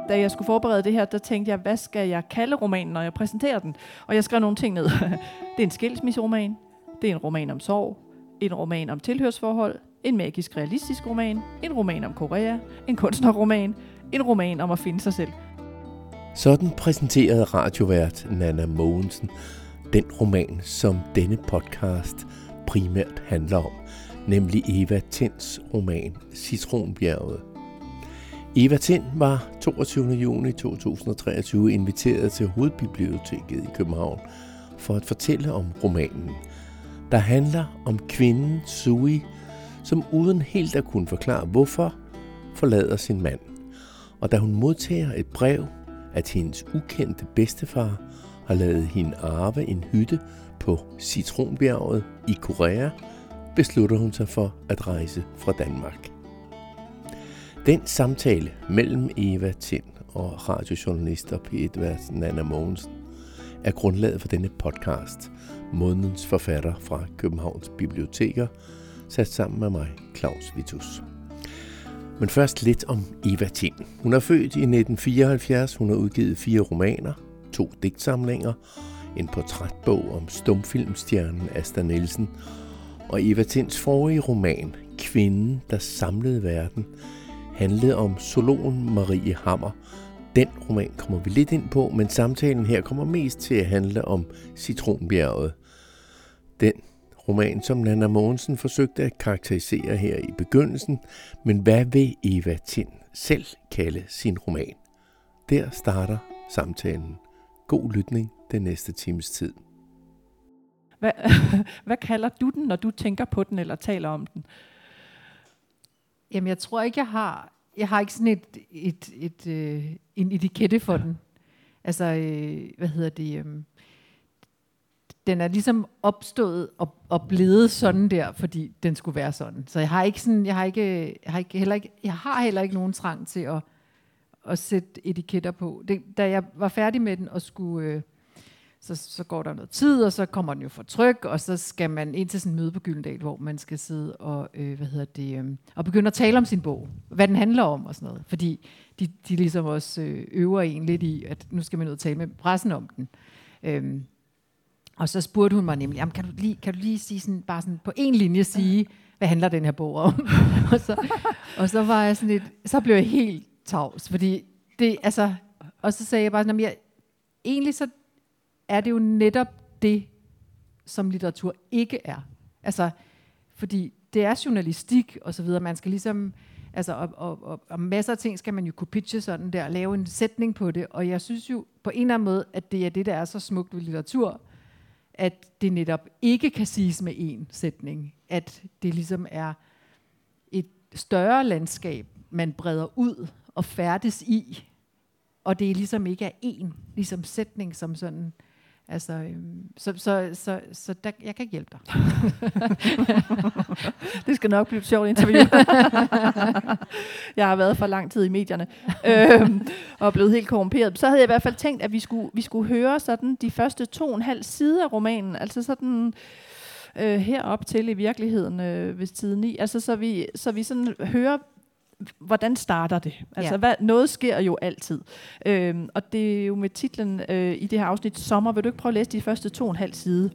da jeg skulle forberede det her, der tænkte jeg, hvad skal jeg kalde romanen, når jeg præsenterer den? Og jeg skrev nogle ting ned. Det er en skilsmisseroman, det er en roman om sorg, en roman om tilhørsforhold, en magisk realistisk roman, en roman om Korea, en kunstnerroman, en roman om at finde sig selv. Sådan præsenterede radiovært Nanna Mogensen den roman, som denne podcast primært handler om, nemlig Eva Tinds roman Citronbjerget. Eva Tind var 22. juni 2023 inviteret til Hovedbiblioteket i København for at fortælle om romanen, der handler om kvinden Sui, som uden helt at kunne forklare hvorfor, forlader sin mand. Og da hun modtager et brev, at hendes ukendte bedstefar har ladet hende arve en hytte på Citronbjerget i Korea, beslutter hun sig for at rejse fra Danmark. Den samtale mellem Eva Tind og radiojournalist og P1-vært Nanna Mogensen er grundlaget for denne podcast, månedens forfatter fra Københavns Biblioteker, sat sammen med mig, Claus Vitus. Men først lidt om Eva Tind. Hun er født i 1974, hun har udgivet 4 romaner, 2 digtsamlinger, en portrætbog om stumfilmstjernen Asta Nielsen, og Eva Tinds forrige roman, Kvinden, der samlede verden, handlede om zoologen Marie Hammer. Den roman kommer vi lidt ind på, men samtalen her kommer mest til at handle om Citronbjerget. Den roman, som Nanna Mogensen forsøgte at karakterisere her i begyndelsen, men hvad vil Eva Tind selv kalde sin roman? Der starter samtalen. God lytning den næste times tid. Hvad kalder du den, når du tænker på den eller taler om den? Jamen, jeg tror ikke, jeg har ikke sådan en etikette for den. Altså, den er ligesom opstået og blevet sådan der, fordi den skulle være sådan. Så jeg har heller ikke nogen trang til at sætte etiketter på. Da jeg var færdig med den og skulle, så går der noget tid, og så kommer den jo for tryk, og så skal man ind til sådan en møde på Gyldendal, hvor man skal sidde og og begynde at tale om sin bog, hvad den handler om og sådan noget, fordi de ligesom også øver en lidt i, at nu skal man ud og tale med pressen om den. Og så spurgte hun mig nemlig, jamen, kan du lige sige sådan, bare sådan på en linje sige, hvad handler den her bog om? og så var jeg sådan lidt, så blev jeg helt tavs, fordi det, altså, og så sagde jeg bare sådan, egentlig så er det jo netop det, som litteratur ikke er. Altså, fordi det er journalistik og så videre, man skal ligesom, altså, og masser af ting skal man jo kunne pitche sådan der, lave en sætning på det, og jeg synes jo på en eller anden måde, at det er det, der er så smukt ved litteratur, at det netop ikke kan siges med én sætning. At det ligesom er et større landskab, man breder ud og færdes i. Og det er ligesom ikke er én ligesom sætning som sådan. Altså, så der, jeg kan ikke hjælpe dig. Det skal nok blive et sjovt interview. Jeg har været for lang tid i medierne og blevet helt korrumperet. Så havde jeg i hvert fald tænkt, at vi skulle høre sådan de første 2,5 sider af romanen, altså sådan herop til i virkeligheden hvis tiden i. Altså så vi sådan hører, hvordan starter det? Altså, noget sker jo altid. Og det er jo med titlen i det her afsnit, Sommer. Vil du ikke prøve at læse de første 2,5 sider?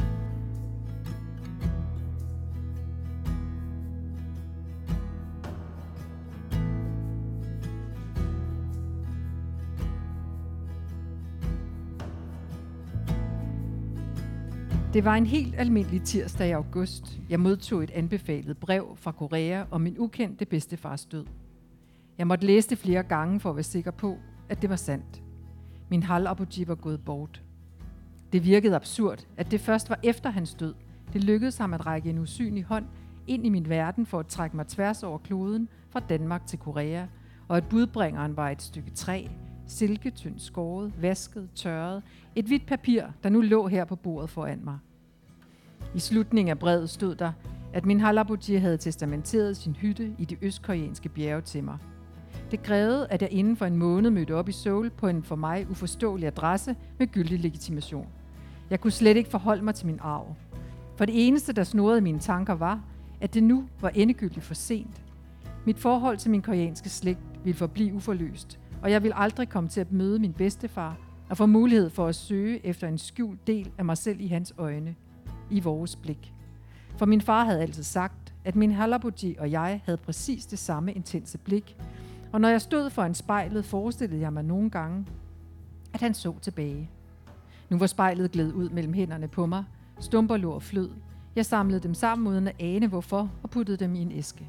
Det var en helt almindelig tirsdag i august. Jeg modtog et anbefalet brev fra Korea om min ukendte bedstefars død. Jeg måtte læse det flere gange for at være sikker på, at det var sandt. Min halabuji var gået bort. Det virkede absurd, at det først var efter hans død. Det lykkedes ham at række en usynlig hånd ind i min verden for at trække mig tværs over kloden fra Danmark til Korea, og at budbringeren var et stykke træ, silketyndt skåret, vasket, tørret, et hvidt papir, der nu lå her på bordet foran mig. I slutningen af brevet stod der, at min halabuji havde testamenteret sin hytte i de østkoreanske bjerge til mig. Det krævede, at jeg inden for en måned mødte op i Seoul på en for mig uforståelig adresse med gyldig legitimation. Jeg kunne slet ikke forholde mig til min arv. For det eneste, der snurrede mine tanker var, at det nu var endegyldigt for sent. Mit forhold til min koreanske slægt ville forblive uforløst, og jeg ville aldrig komme til at møde min bedstefar og få mulighed for at søge efter en skjult del af mig selv i hans øjne, i vores blik. For min far havde altid sagt, at min Halabuji og jeg havde præcis det samme intense blik, og når jeg stod foran spejlet, forestillede jeg mig nogle gange, at han så tilbage. Nu var spejlet glædet ud mellem hænderne på mig, stumper lå og flød. Jeg samlede dem sammen uden at ane hvorfor, og puttede dem i en æske.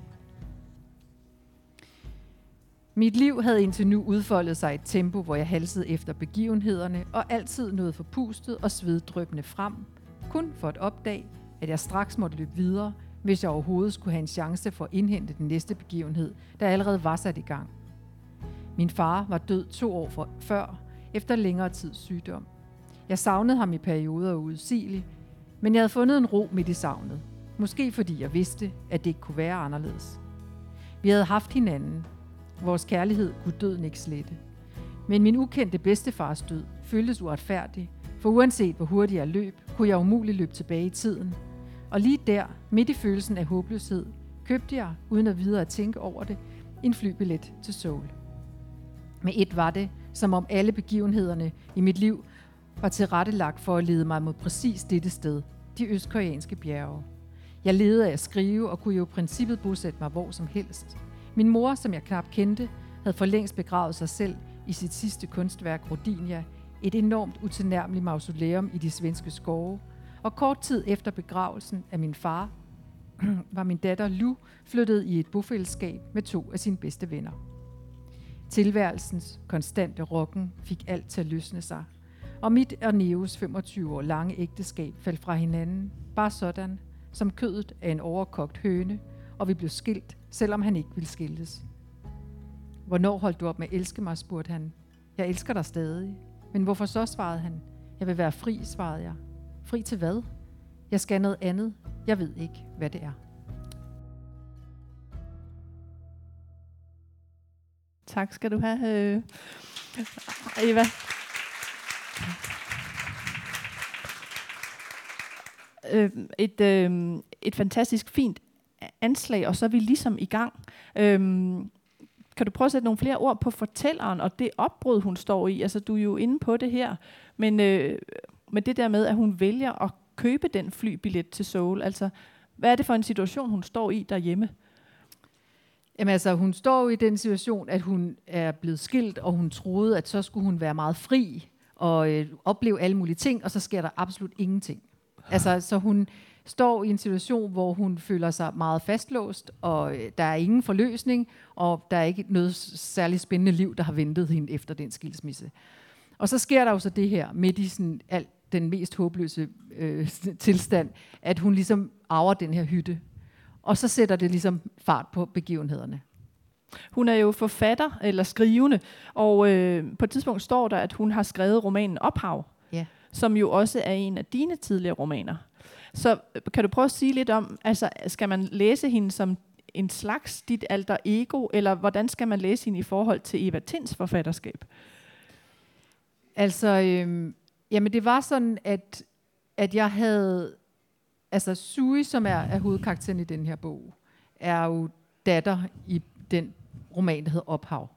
Mit liv havde indtil nu udfoldet sig i et tempo, hvor jeg halsede efter begivenhederne, og altid nåede forpustet og sveddrøbende frem, kun for at opdage, at jeg straks måtte løbe videre, hvis jeg overhovedet skulle have en chance for at indhente den næste begivenhed, der allerede var sat i gang. Min far var død 2 år før, efter længere tids sygdom. Jeg savnede ham i perioder uudsigeligt, men jeg havde fundet en ro midt i savnet. Måske fordi jeg vidste, at det ikke kunne være anderledes. Vi havde haft hinanden. Vores kærlighed kunne døden ikke slette. Men min ukendte bedstefars død føltes uretfærdig, for uanset hvor hurtigt jeg løb, kunne jeg umuligt løbe tilbage i tiden. Og lige der, midt i følelsen af håbløshed, købte jeg, uden at videre at tænke over det, en flybillet til Seoul. Med et var det, som om alle begivenhederne i mit liv var tilrettelagt for at lede mig mod præcis dette sted, de østkoreanske bjerge. Jeg levede af at skrive og kunne jo i princippet bosætte mig hvor som helst. Min mor, som jeg knap kendte, havde for længst begravet sig selv i sit sidste kunstværk, Rodinia, et enormt utilnærmeligt mausoleum i de svenske skove, og kort tid efter begravelsen af min far, var min datter Lu flyttet i et bofællesskab med 2 af sine bedste venner. Tilværelsens konstante rokken fik alt til at løsne sig, og mit og Neos 25 år lange ægteskab faldt fra hinanden, bare sådan, som kødet af en overkogt høne, og vi blev skilt, selvom han ikke ville skiltes. Hvornår holdt du op med at elske mig, spurgte han. Jeg elsker dig stadig. Men hvorfor så, svarede han. Jeg vil være fri, svarede jeg. Fri til hvad? Jeg skal noget andet. Jeg ved ikke, hvad det er. Tak skal du have, Eva. Et fantastisk fint anslag, og så er vi ligesom i gang. Kan du prøve at sætte nogle flere ord på fortælleren og det opbrud, hun står i? Altså, du er jo inde på det her, men det der med, at hun vælger at købe den flybillet til Seoul, altså, hvad er det for en situation, hun står i derhjemme? Jamen altså, hun står i den situation, at hun er blevet skilt, og hun troede, at så skulle hun være meget fri og opleve alle mulige ting, og så sker der absolut ingenting. Altså, så hun står i en situation, hvor hun føler sig meget fastlåst, og der er ingen forløsning, og der er ikke noget særligt spændende liv, der har ventet hende efter den skilsmisse. Og så sker der jo så det her, midt i sådan alt den mest håbløse tilstand, at hun ligesom arver den her hytte. Og så sætter det ligesom fart på begivenhederne. Hun er jo forfatter eller skrivende, og på et tidspunkt står der, at hun har skrevet romanen Ophav, ja, som jo også er en af dine tidligere romaner. Så kan du prøve at sige lidt om, altså skal man læse hende som en slags dit alter ego, eller hvordan skal man læse hende i forhold til Eva Tinds forfatterskab? Altså, jamen det var sådan, at jeg havde, altså Sui, som er hovedkarakteren i den her bog, er jo datter i den roman, der hedder Ophav.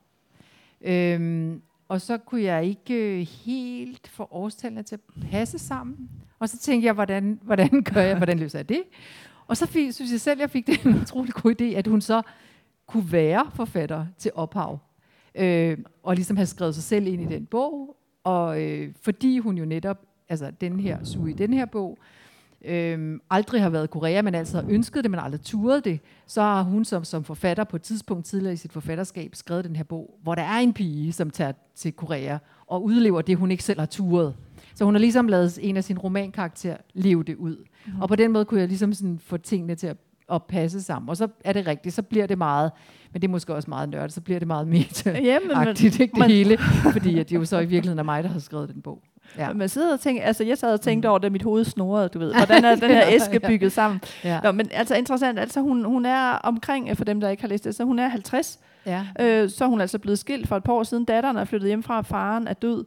Og så kunne jeg ikke helt få årstallene til at passe sammen. Og så tænkte jeg, hvordan gør jeg, hvordan løser jeg det? Og så synes jeg selv, jeg fik det en utrolig god idé, at hun så kunne være forfatter til Ophav. Og ligesom have skrevet sig selv ind i den bog. Og fordi hun jo netop, altså den her Sui, den her bog, aldrig har været i Korea, men altså har ønsket det, men aldrig turet det, så har hun som forfatter på et tidspunkt tidligere i sit forfatterskab skrevet den her bog, hvor der er en pige, som tager til Korea og udlever det, hun ikke selv har turet. Så hun har ligesom lavet en af sine romankarakterer leve det ud. Mm-hmm. Og på den måde kunne jeg ligesom sådan få tingene til at passe sammen. Og så er det rigtigt, så bliver det meget, men det er måske også meget nørdet, så bliver det meget meta-agtigt, ikke det hele, fordi at det jo så i virkeligheden er mig, der har skrevet den bog. Ja. Man sidder og tænker, altså jeg sad og tænkte over, da mit hoved snurrede, du ved, hvordan er den her æske bygget sammen. Ja. Nå, men altså interessant, altså hun er omkring, for dem der ikke har læst det, så hun er 50, ja. Så er hun altså blevet skilt for et par år siden, datteren er flyttet hjem fra, faren er død,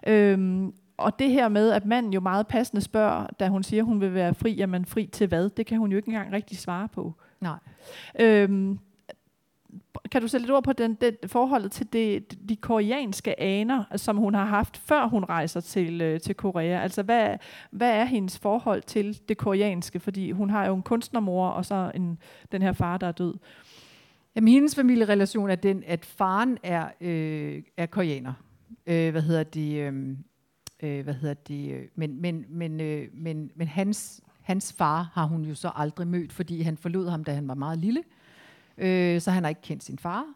og det her med, at manden jo meget passende spørger, da hun siger, hun vil være fri, jamen fri til hvad, det kan hun jo ikke engang rigtig svare på. Nej. kan du sætte lidt ord på den forholdet til de koreanske aner, som hun har haft, før hun rejser til Korea? Altså, hvad er hendes forhold til det koreanske? Fordi hun har jo en kunstnermor, og så den her far, der er død. Jamen, hendes familierelation er den, at faren er koreaner. Men hans far har hun jo så aldrig mødt, fordi han forlod ham, da han var meget lille. Så han har ikke kendt sin far.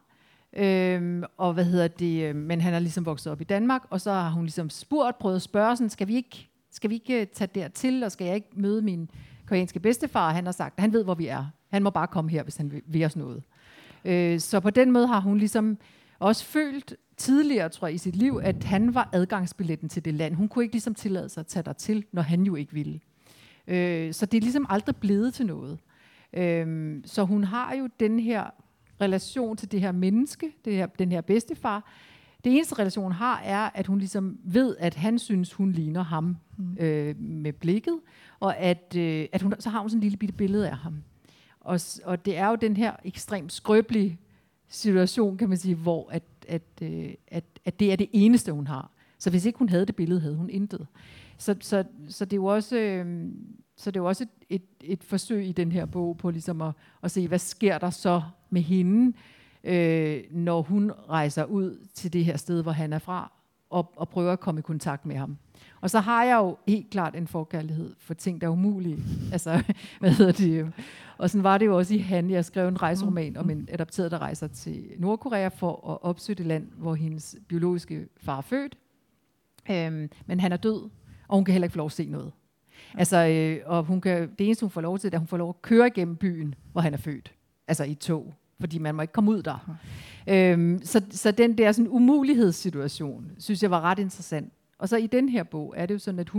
Men han er ligesom vokset op i Danmark, og så har hun ligesom prøvet at spørge sådan, skal vi ikke tage dertil, og skal jeg ikke møde min koreanske bedstefar? Han har sagt, at han ved, hvor vi er. Han må bare komme her, hvis han vil os noget. Så på den måde har hun ligesom også følt tidligere, tror jeg, i sit liv, at han var adgangsbilletten til det land. Hun kunne ikke ligesom tillade sig at tage dertil, når han jo ikke ville. Så det er ligesom aldrig blevet til noget. Så hun har jo den her relation til det her menneske, den her bedstefar. Det eneste relation hun har, er, at hun ligesom ved, at han synes, hun ligner ham med blikket, og at så har hun sådan en lille bitte billede af ham. Og det er jo den her ekstremt skrøbelige situation, kan man sige, hvor at det er det eneste, hun har. Så hvis ikke hun havde det billede, havde hun intet. Så det er jo også, et forsøg i den her bog på ligesom at se, hvad sker der så med hende, når hun rejser ud til det her sted, hvor han er fra, og prøver at komme i kontakt med ham. Og så har jeg jo helt klart en forkærlighed for ting, der er umulige. Altså, Og sådan var det jo også i Han. Jeg skrev en rejseroman om en adopteret, der rejser til Nordkorea for at opsøge det land, hvor hendes biologiske far er født. Men han er død, og hun kan heller ikke få lov at se noget. Altså, og det eneste, hun får lov til, er, at hun får lov at køre igennem byen, hvor han er født. Altså i tog, fordi man må ikke komme ud der. Så den der sådan umulighedssituation, synes jeg var ret interessant. Og så i den her bog er det jo sådan, at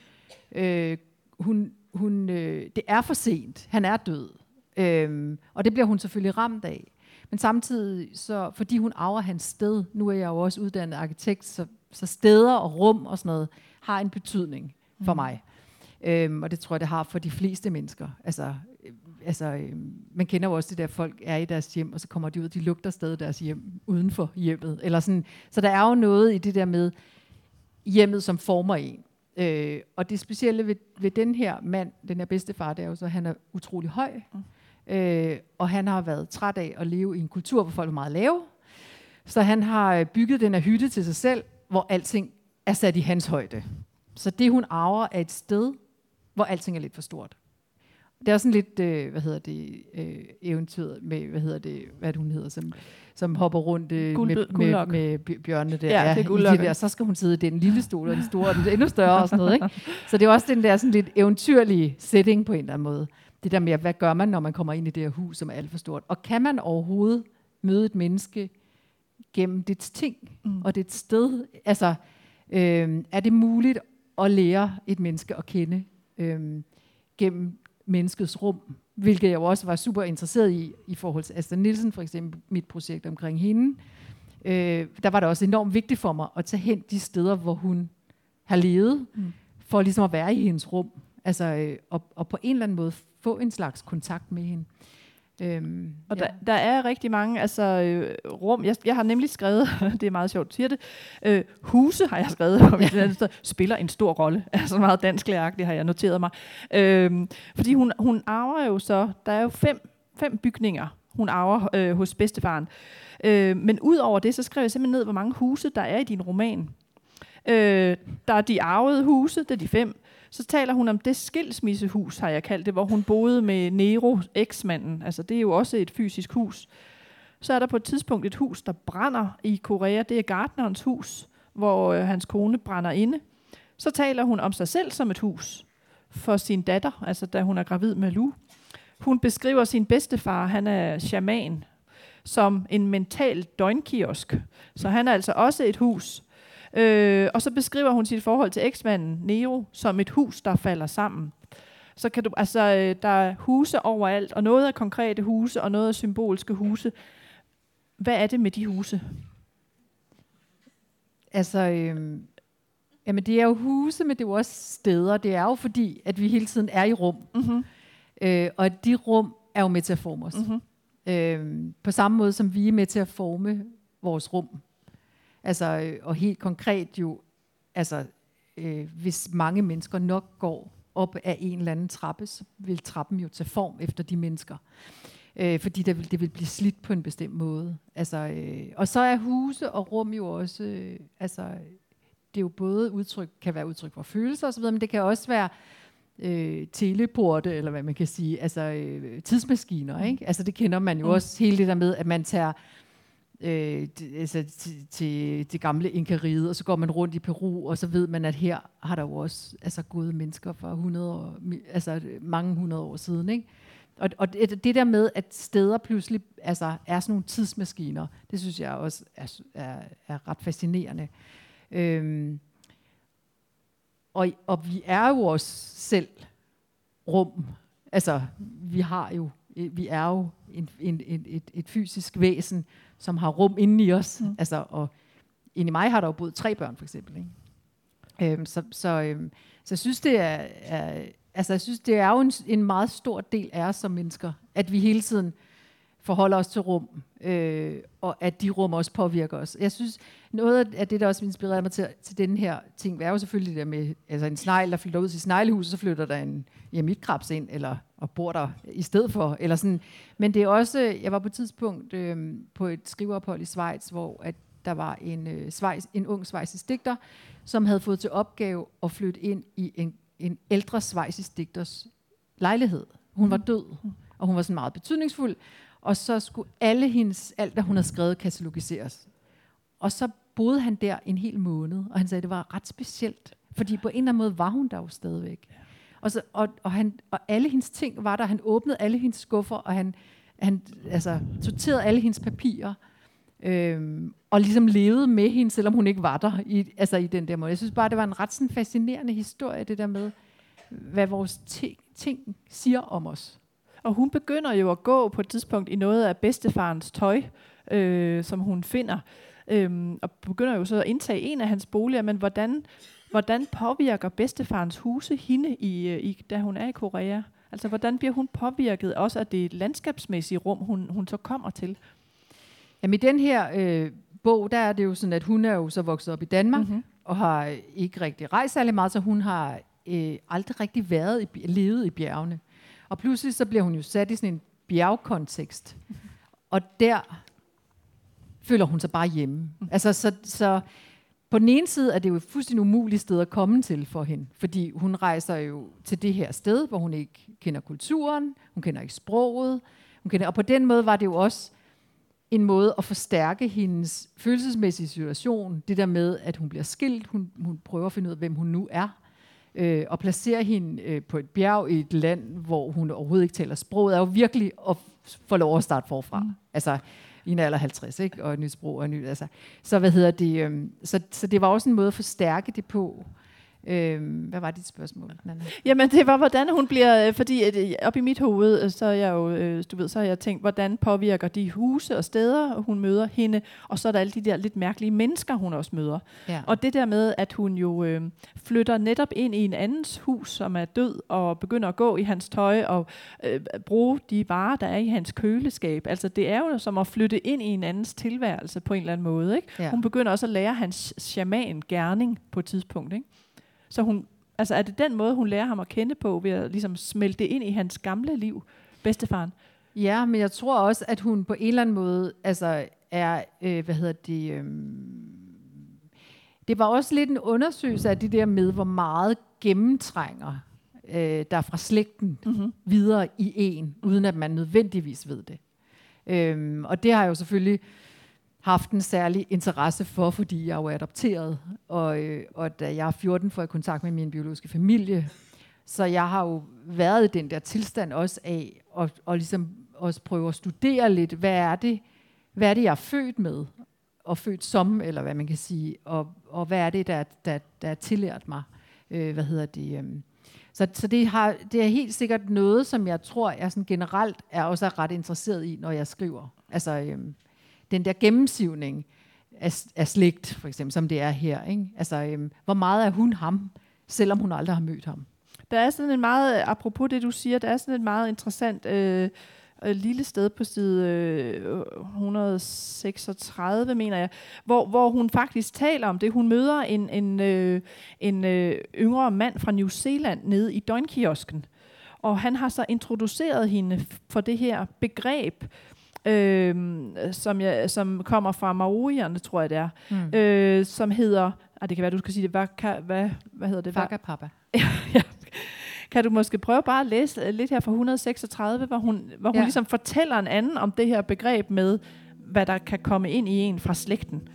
det er for sent. Han er død. Og det bliver hun selvfølgelig ramt af. Men samtidig, så, fordi hun arver hans sted, nu er jeg jo også uddannet arkitekt, så steder og rum og sådan noget, har en betydning for mig. Og det tror jeg, det har for de fleste mennesker. Man kender jo også det der, folk er i deres hjem, og så kommer de ud, de lugter stadig deres hjem uden for hjemmet. Eller sådan. Så der er jo noget i det der med hjemmet, som former en. Og det specielle ved den her mand, den her bedstefar, det er jo så, at han er utrolig høj. Og han har været træt af at leve i en kultur, hvor folk er meget lave. Så han har bygget den her hytte til sig selv, hvor alting er sat i hans højde. Så det, hun arver, er et sted, hvor alting er lidt for stort. Det er sådan lidt, eventyret med, hvad hun hedder, som hopper rundt med bjørnene der. Ja, det er der. Så skal hun sidde i den lille stol, og den store, og den endnu større og sådan noget. Ikke? Så det er også den der sådan lidt eventyrlige setting på en eller anden måde. Det der med, hvad gør man, når man kommer ind i det her hus, som er alt for stort? Og kan man overhovedet møde et menneske gennem dets ting og dets sted? Altså, er det muligt at lære et menneske at kende gennem menneskets rum, hvilket jeg jo også var super interesseret i forhold til Asta Nielsen, for eksempel mit projekt omkring hende. Der var det også enormt vigtigt for mig at tage hen de steder, hvor hun har levet, for ligesom at være i hendes rum, altså, og på en eller anden måde få en slags kontakt med hende. Og der er rigtig mange rum. Jeg har nemlig skrevet, det er meget sjovt, siger det, huse har jeg skrevet, spiller en stor rolle. Altså meget dansklæragtigt har jeg noteret mig. Fordi hun arver jo så, der er jo fem bygninger, hun arver hos bedstefaren. Men ud over det, så skrev jeg simpelthen ned, hvor mange huse der er i din roman. Der er de arvede huse, det er de 5. Så taler hun om det skilsmissehus, har jeg kaldt det, hvor hun boede med Nero, eksmanden. Altså det er jo også et fysisk hus. Så er der på et tidspunkt et hus, der brænder i Korea. Det er gartnerens hus, hvor hans kone brænder inde. Så taler hun om sig selv som et hus for sin datter, altså da hun er gravid med Lu. Hun beskriver sin bedstefar, han er shaman, som en mental døgnkiosk. Så han er altså også et hus. Og så beskriver hun sit forhold til eksmanden Nero som et hus, der falder sammen. Så kan du, der er huse overalt, og noget er konkrete huse, og noget er symbolske huse. Hvad er det med de huse? Jamen det er jo huse, men det er jo også steder. Det er jo fordi, at vi hele tiden er i rum. Og de rum er jo metaformos. På samme måde som vi er med til at forme vores rum. Altså, og helt konkret jo, altså, hvis mange mennesker nok går op af en eller anden trappe, så vil trappen jo tage form efter de mennesker. Fordi det vil blive slidt på en bestemt måde. Altså, og så er huse og rum jo også, altså, det er jo både kan være udtryk for følelser osv., men det kan også være teleporte, eller hvad man kan sige, altså tidsmaskiner, ikke? Altså det kender man jo også, hele det der med, at man tager til det gamle Inka-riget, og så går man rundt i Peru, og så ved man, at her har der jo også gået mennesker for mange hundrede år siden, ikke? Og det der med, at steder pludselig er sådan nogle tidsmaskiner, det synes jeg også er ret fascinerende. Og vi er jo også selv rum. Altså, vi er jo et fysisk væsen, som har rum inde i os. Altså, og inde i mig har der jo boet 3 børn, for eksempel. Ikke? Så jeg synes, det er jo en meget stor del af os som mennesker, at vi hele tiden forholder os til rum, og at de rum også påvirker os. Jeg synes, noget af det, der også inspirerede mig til den her ting, er jo selvfølgelig det der med, altså en snegl, der flytter ud til sneglehuset, så flytter der en eremitkrebs ind, og bor der i stedet for, eller sådan. Men det er også, jeg var på et tidspunkt på et skriveophold i Schweiz, hvor at der var en ung schweizisk digter, som havde fået til opgave at flytte ind i en ældre schweizisk digters lejlighed. Hun var død, og hun var sådan meget betydningsfuld, og så skulle alt, hvad hun havde skrevet, katalogiseres. Og så boede han der en hel måned, og han sagde, at det var ret specielt, fordi på en eller anden måde var hun der jo stadigvæk. Og alle hendes ting var der, han åbnede alle hendes skuffer, og han sorterede alle hendes papirer, og ligesom levede med hende, selvom hun ikke var der i den der måde. Jeg synes bare, det var en ret sådan fascinerende historie, det der med, hvad vores ting siger om os. Og hun begynder jo at gå på et tidspunkt i noget af bedstefarens tøj, som hun finder, og begynder jo så at indtage en af hans boliger, men hvordan påvirker bedstefarens huse hende, da hun er i Korea? Altså, hvordan bliver hun påvirket også af det landskabsmæssige rum, hun så kommer til? Jamen, i den her bog, der er det jo sådan, at hun er jo så vokset op i Danmark, og har ikke rigtig rejst særlig meget, så hun har aldrig rigtig levet i bjergene. Og pludselig så bliver hun jo sat i sådan en bjergkontekst, og der føler hun sig bare hjemme. Altså, så på den ene side er det jo et fuldstændig umuligt sted at komme til for hende, fordi hun rejser jo til det her sted, hvor hun ikke kender kulturen, hun kender ikke sproget, og på den måde var det jo også en måde at forstærke hendes følelsesmæssige situation, det der med, at hun bliver skilt, hun prøver at finde ud af, hvem hun nu er, og placere hende på et bjerg i et land, hvor hun overhovedet ikke taler sproget, er jo virkelig at få lov at starte forfra. Altså i en alder 50, ikke? Og et nyt sprog og nyt, altså. Så så det var også en måde at forstærke det på. Hvad var dit spørgsmål, Nanna? Jamen det var, hvordan hun bliver, fordi op i mit hoved, så er jeg jo, så har jeg tænkt, hvordan påvirker de huse og steder, hun møder hende, og så er der alle de der lidt mærkelige mennesker, hun også møder. Ja. Og det der med, at hun jo flytter netop ind i en andens hus, som er død, og begynder at gå i hans tøj, og bruge de varer, der er i hans køleskab. Altså det er jo som at flytte ind i en andens tilværelse på en eller anden måde, ikke? Ja. Hun begynder også at lære hans shaman-gerning på et tidspunkt, ikke? Så er det den måde, hun lærer ham at kende på, ved at ligesom smelte ind i hans gamle liv, bedstefaren? Ja, men jeg tror også, at hun på en eller anden måde, er, det var også lidt en undersøgelse af det der med, hvor meget gennemtrænger der fra slægten videre i en, uden at man nødvendigvis ved det. Og det har jeg jo selvfølgelig haft en særlig interesse for, fordi jeg er jo adopteret, og da jeg er 14, får jeg kontakt med min biologiske familie. Så jeg har jo været i den der tilstand også af, og ligesom også prøve at studere lidt, hvad er det, jeg er født med, og født som, eller hvad man kan sige, og hvad er det, der er tillært mig. Så det er helt sikkert noget, som jeg tror, jeg sådan generelt er også ret interesseret i, når jeg skriver. Altså den der gennemsivning af slægt, for eksempel, som det er her. Ikke? Altså, hvor meget er hun ham, selvom hun aldrig har mødt ham? Der er sådan en meget, apropos det du siger, der er sådan en meget interessant lille sted på side 136, mener jeg, hvor hun faktisk taler om det. Hun møder en yngre mand fra New Zealand nede i døgnkiosken, og han har så introduceret hende for det her begreb, som kommer fra maorierne, tror jeg det er, som hedder, det kan være, du skal sige det, hvad hedder det? Whakapapa. Ja. Kan du måske prøve bare at læse lidt her fra 136, hvor hun ligesom fortæller en anden om det her begreb med, hvad der kan komme ind i en fra slægten.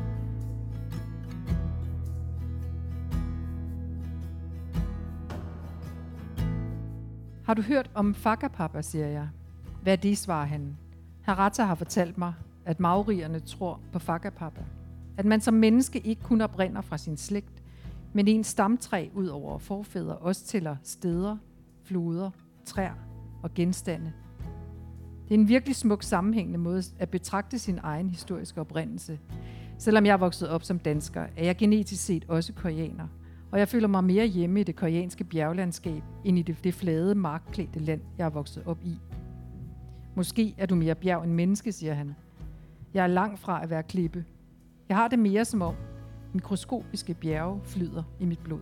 Har du hørt om Whakapapa, siger jeg. Hvad er det, svarer han. Harata har fortalt mig, at maorierne tror på Whakapapa. At man som menneske ikke kun oprinder fra sin slægt, men en stamtræ ud over forfædre også tæller steder, floder, træer og genstande. Det er en virkelig smuk sammenhængende måde at betragte sin egen historiske oprindelse. Selvom jeg er vokset op som dansker, er jeg genetisk set også koreaner, og jeg føler mig mere hjemme i det koreanske bjerglandskab, end i det flade, markklædte land, jeg er vokset op i. Måske er du mere bjerg end menneske, siger han. Jeg er langt fra at være klippe. Jeg har det mere som om mikroskopiske bjerge flyder i mit blod.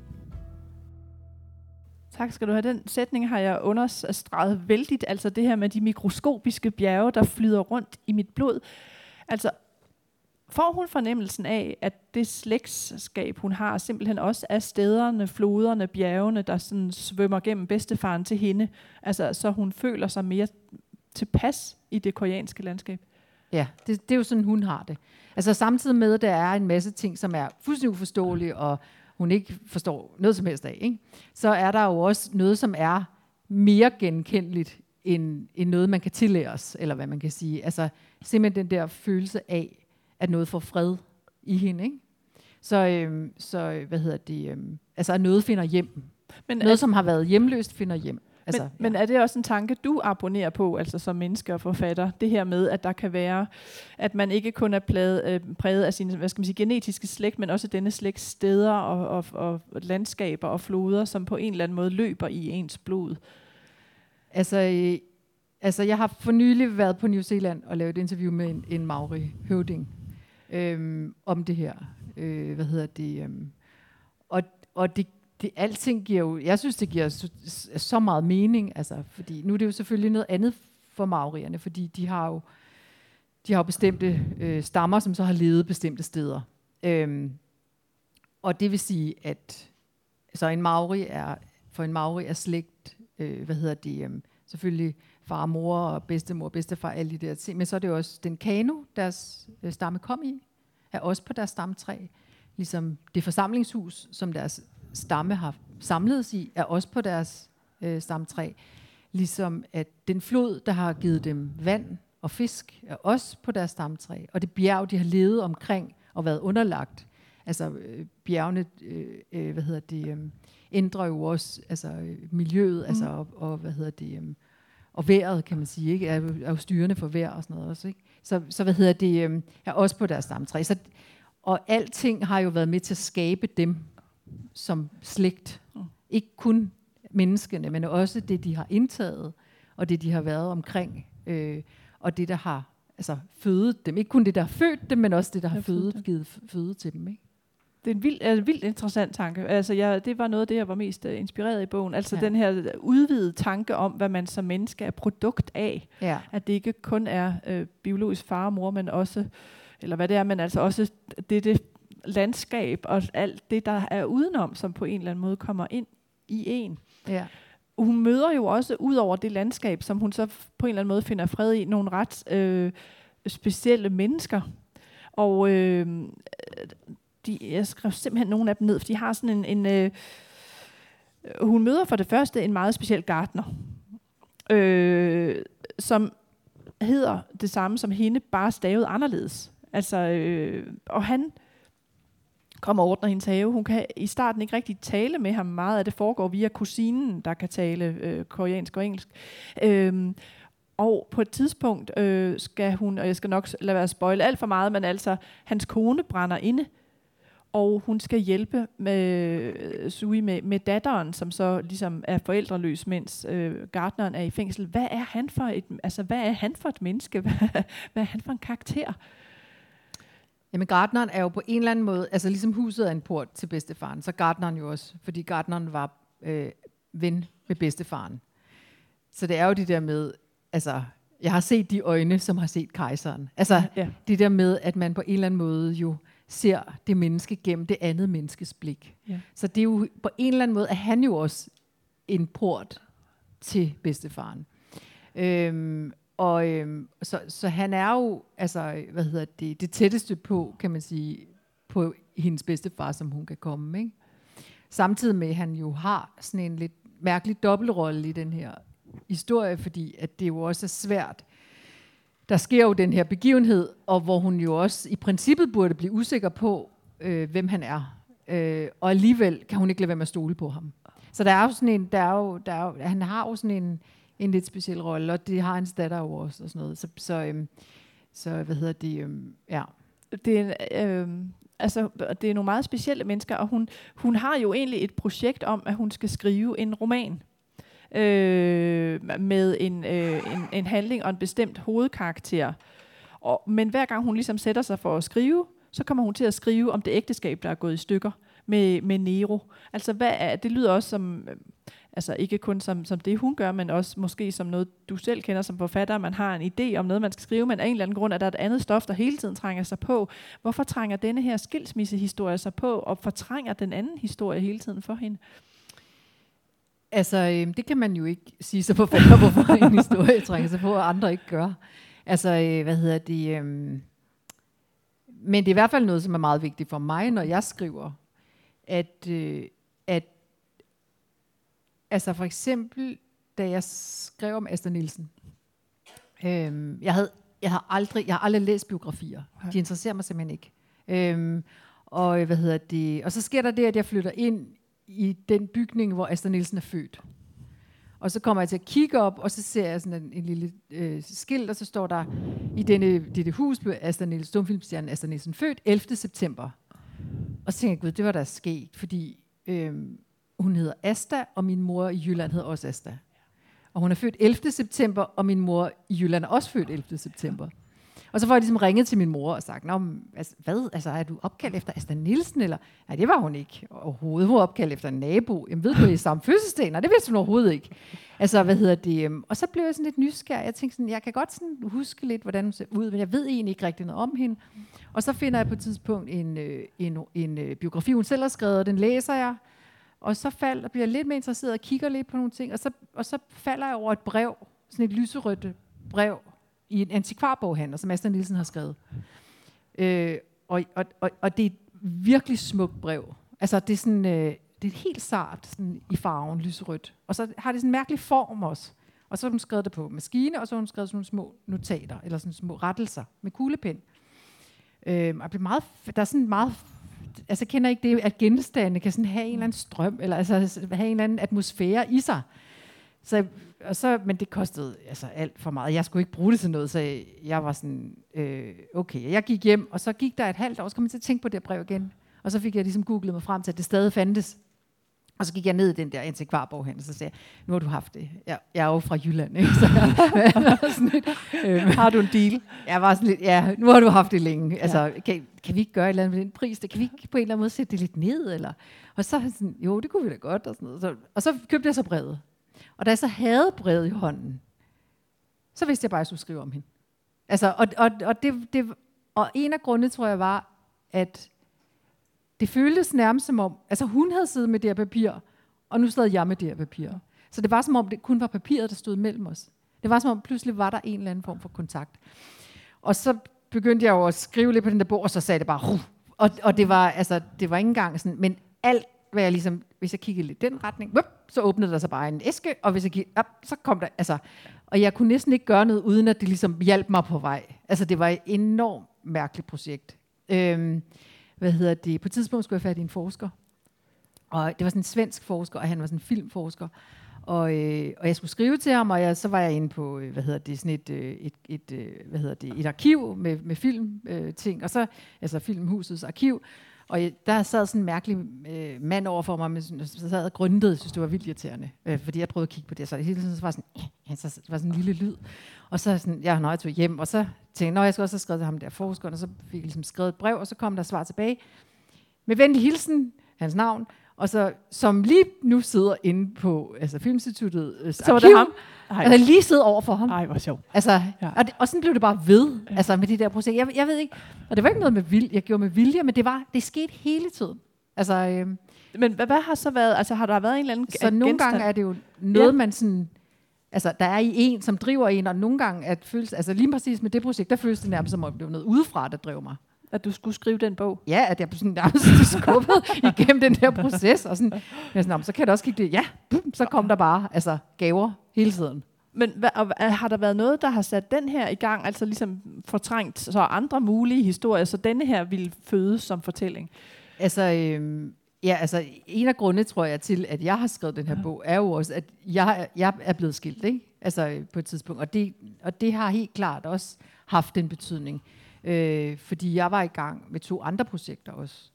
Tak skal du have. Den sætning har jeg understreget vældigt. Altså det her med de mikroskopiske bjerge, der flyder rundt i mit blod. Altså får hun fornemmelsen af, at det slægtskab, hun har, simpelthen også er stederne, floderne, bjergene, der sådan svømmer gennem bedstefaren til hende. Altså så hun føler sig mere tilpas i det koreanske landskab. Ja, det er jo sådan, hun har det. Altså samtidig med, at der er en masse ting, som er fuldstændig uforståelige, og hun ikke forstår noget som helst af, ikke? Så er der jo også noget, som er mere genkendeligt, end noget, man kan tillære os, eller hvad man kan sige. Altså simpelthen den der følelse af, at noget får fred i hende, ikke? Så hvad hedder det? Altså at noget finder hjem. Men noget, som har været hjemløst, finder hjem. Altså, men er det også en tanke, du abonnerer på, altså som menneske og forfatter? Det her med, at der kan være, at man ikke kun er præget af sin, hvad skal man sige, genetiske slægt, men også denne slægts steder og landskaber og floder, som på en eller anden måde løber i ens blod. Altså jeg har for nylig været på New Zealand og lavet et interview med en maori høvding om det her. Og det alting giver jo, jeg synes det giver så meget mening, altså fordi nu er det jo selvfølgelig noget andet for maorierne, fordi de har jo bestemte stammer, som så har levet bestemte steder. Og det vil sige, at så for en maori er slægt, selvfølgelig far og mor og bedstemor, bedstefar, alle de der ting, men så er det jo også den kano, deres stamme kom i, er også på deres stamtræ, ligesom det forsamlingshus, som deres stamme har samledes i, er også på deres stamtræ. Ligesom at den flod, der har givet dem vand og fisk, er også på deres stamtræ. Og det bjerg, de har levet omkring og været underlagt. Altså bjergene, ændrer jo også miljøet, og vejret, kan man sige, ikke? Er jo styrende for vejr og sådan noget også, ikke? Så er også på deres stamtræ. Og alting har jo været med til at skabe dem som slægt. Ikke kun menneskene, men også det, de har indtaget, og det, de har været omkring, og det, der har fødet dem. Ikke kun det, der har født dem, men også det, der har givet føde til dem. Ikke? Det er en vildt interessant tanke. Altså, det var noget af det, jeg var mest inspireret i bogen. Altså den her udvidede tanke om, hvad man som menneske er produkt af. Ja. At det ikke kun er biologisk far og mor, men også, eller hvad det er, men altså også det landskab og alt det, der er udenom, som på en eller anden måde kommer ind i en. Ja. Hun møder jo også, ud over det landskab, som hun så på en eller anden måde finder fred i, nogle ret specielle mennesker. Og jeg skrev simpelthen nogle af dem ned, for de har sådan hun møder for det første en meget speciel gartner, som hedder det samme som hende, bare stavet anderledes. Altså, og han kommer og ordner hendes have. Hun kan i starten ikke rigtig tale med ham. Meget af det foregår via kusinen, der kan tale koreansk og engelsk. Og på et tidspunkt skal hun, og jeg skal nok lade være at spoile alt for meget, men altså, hans kone brænder inde. og hun skal hjælpe med Sui med datteren, som så ligesom er forældreløs, mens gartneren er i fængsel. Hvad er han for et menneske? Hvad er han for en karakter? Jamen, gartneren er jo på en eller anden måde, altså ligesom huset er en port til bedstefaren, så gartneren jo også, fordi gartneren var ven med bedstefaren. Så det er jo det der med, altså, jeg har set de øjne, som har set kejseren. Altså, det der med, at man på en eller anden måde jo ser det menneske gennem det andet menneskes blik. Ja. Så det er jo på en eller anden måde, at han jo også en port til bedstefaren. Så han er jo, altså, det tætteste på, kan man sige, på hendes bedstefar, som hun kan komme, ikke? Samtidig med, at han jo har sådan en lidt mærkelig dobbeltrolle i den her historie, fordi at det jo også er svært. Der sker jo den her begivenhed, og hvor hun jo også i princippet burde blive usikker på, hvem han er. Og alligevel kan hun ikke lade være med at stole på ham. Så der er jo sådan en, han har jo sådan en lidt speciel rolle, og det har hans datter jo også, og sådan noget. Så ja. Det er nogle meget specielle mennesker, og hun har jo egentlig et projekt om, at hun skal skrive en roman med en handling og en bestemt hovedkarakter. Men hver gang hun ligesom sætter sig for at skrive, så kommer hun til at skrive om det ægteskab, der er gået i stykker med Nero. Altså, det lyder også som, altså ikke kun som det, hun gør, men også måske som noget, du selv kender som forfatter. Man har en idé om noget, man skal skrive, men af en eller anden grund er der et andet stof, der hele tiden trænger sig på. Hvorfor trænger denne her skilsmissehistorie sig på, og fortrænger den anden historie hele tiden for hende? Altså, det kan man jo ikke sige så forfatter, hvorfor en historie trænger sig på, og andre ikke gør. Altså, men det er i hvert fald noget, som er meget vigtigt for mig, når jeg skriver, at altså for eksempel, da jeg skrev om Asta Nielsen, jeg har aldrig læst biografier. De interesserer mig simpelthen ikke. Og så sker der det, at jeg flytter ind i den bygning, hvor Asta Nielsen er født. Og så kommer jeg til at kigge op, og så ser jeg sådan en lille skilt, og så står der, i dette hus blev stumfilmstjernen Asta Nielsen født 11. september. Og så tænker jeg, gud, det var der sket, fordi hun hedder Asta, og min mor i Jylland hedder også Asta. Og hun er født 11. september, og min mor i Jylland er også født 11. september. Og så får jeg ligesom ringet til min mor og sagt, hvad? Altså, er du opkaldt efter Asta Nielsen? Eller? Nej, det var hun ikke overhovedet. Hun var opkaldt efter en nabo. Jamen, ved du, det er samme fødselsdag? Nej, det vidste hun overhovedet ikke. Altså, Og så blev jeg sådan lidt nysgerrig. Jeg tænkte sådan, jeg kan godt sådan huske lidt, hvordan hun ser ud, men jeg ved egentlig ikke rigtig noget om hende. Og så finder jeg på et tidspunkt en biografi, hun selv har skrevet, og den læser jeg. Og så bliver jeg lidt mere interesseret og kigger lidt på nogle ting. Og så falder jeg over et brev, sådan et lyserødt brev, i en antikvarboghandler, som Asta Nielsen har skrevet. Og det er et virkelig smukt brev. Altså, det er sådan, det er helt sart sådan, i farven, lyserødt. Og så har det sådan en mærkelig form også. Og så har hun skrevet det på maskine, og så har hun skrevet sådan nogle små notater, eller sådan små rettelser med kuglepen. Der er sådan meget... Altså, jeg kender ikke det, at genstande kan sådan have en eller anden strøm, eller altså have en eller anden atmosfære i sig. Men det kostede altså alt for meget. Jeg skulle ikke bruge det til noget, så jeg var sådan, okay. Jeg gik hjem, og så gik der et halvt år, så kom jeg til at tænke på det brev igen. Og så fik jeg ligesom googlet mig frem til, at det stadig fandtes. Og så gik jeg ned i den der antikvarboghandel, og så sagde jeg, nu har du haft det. Jeg er jo fra Jylland, ikke? Så har du en deal? Jeg var sådan lidt, ja, nu har du haft det længe. Altså, kan vi ikke gøre et eller andet med den pris? Kan vi ikke på en eller anden måde sætte det lidt ned? Eller? Og så sådan, jo, det kunne vi da godt. Og, sådan noget. Og så købte jeg så brevet. Og da jeg så havde brevet i hånden, så vidste jeg bare, at jeg skulle skrive om hende. Altså, og en af grundene, tror jeg, var, at det føltes nærmest som om, altså hun havde siddet med det her papir, og nu sad jeg med det her papir. Så det var som om, det kun var papiret, der stod mellem os. Det var som om, pludselig var der en eller anden form for kontakt. Og så begyndte jeg jo at skrive lidt på den der bog, og så sagde det bare, og det var ikke engang sådan, men alt, hvad jeg ligesom, hvis jeg kiggede lidt den retning, så åbnede der sig bare en æske, og hvis jeg kiggede op, så kom der, altså, og jeg kunne næsten ikke gøre noget, uden at det ligesom hjalp mig på vej. Altså, det var et enormt mærkeligt projekt. På et tidspunkt skulle jeg fat i en forsker, og det var sådan en svensk forsker, og han var sådan en filmforsker, og jeg skulle skrive til ham, og så var jeg inde på, sådan et arkiv med film ting, og så, altså Filmhusets arkiv, Og der sad sådan en mærkelig mand over for mig, men så sad og gründede, jeg synes, det var vildt irriterende, fordi jeg prøvede at kigge på det, så hele tiden så var sådan en lille lyd. Og så sådan, jeg tog hjem, og så tænkte jeg skal også have skrevet til ham der forskeren, og så fik jeg ligesom skrevet et brev, og så kom der svar tilbage. Med venlig hilsen, hans navn, og så, som lige nu sidder inde på Filminstituttets så var arkiv, det ham? Altså lige sidder over for ham. Ej, hvor sjovt. Altså, og sådan blev det bare ved, med de der projekt. Jeg ved ikke, og det var ikke noget med vilje, jeg gjorde med vilje, men det skete hele tiden. Altså, men hvad har så været, altså har der været en eller anden så nogle gange er det jo noget, man sådan, altså der er i en, som driver en, og nogle gange at føles, altså lige præcis med det projekt, der føles det nærmest som om det var noget udefra, der drev mig. At du skulle skrive den bog? Ja, at jeg blev sådan nærmest skubbet igennem den der proces, og sådan, så kan det også kigge det, så kom der bare gaver hele tiden. Men har der været noget, der har sat den her i gang, altså ligesom fortrængt så andre mulige historier, så denne her ville fødes som fortælling? En af grundene, tror jeg, til, at jeg har skrevet den her bog, er jo også, at jeg er blevet skilt, ikke? Altså på et tidspunkt, og det har helt klart også haft en betydning. Fordi jeg var i gang med 2 andre projekter også.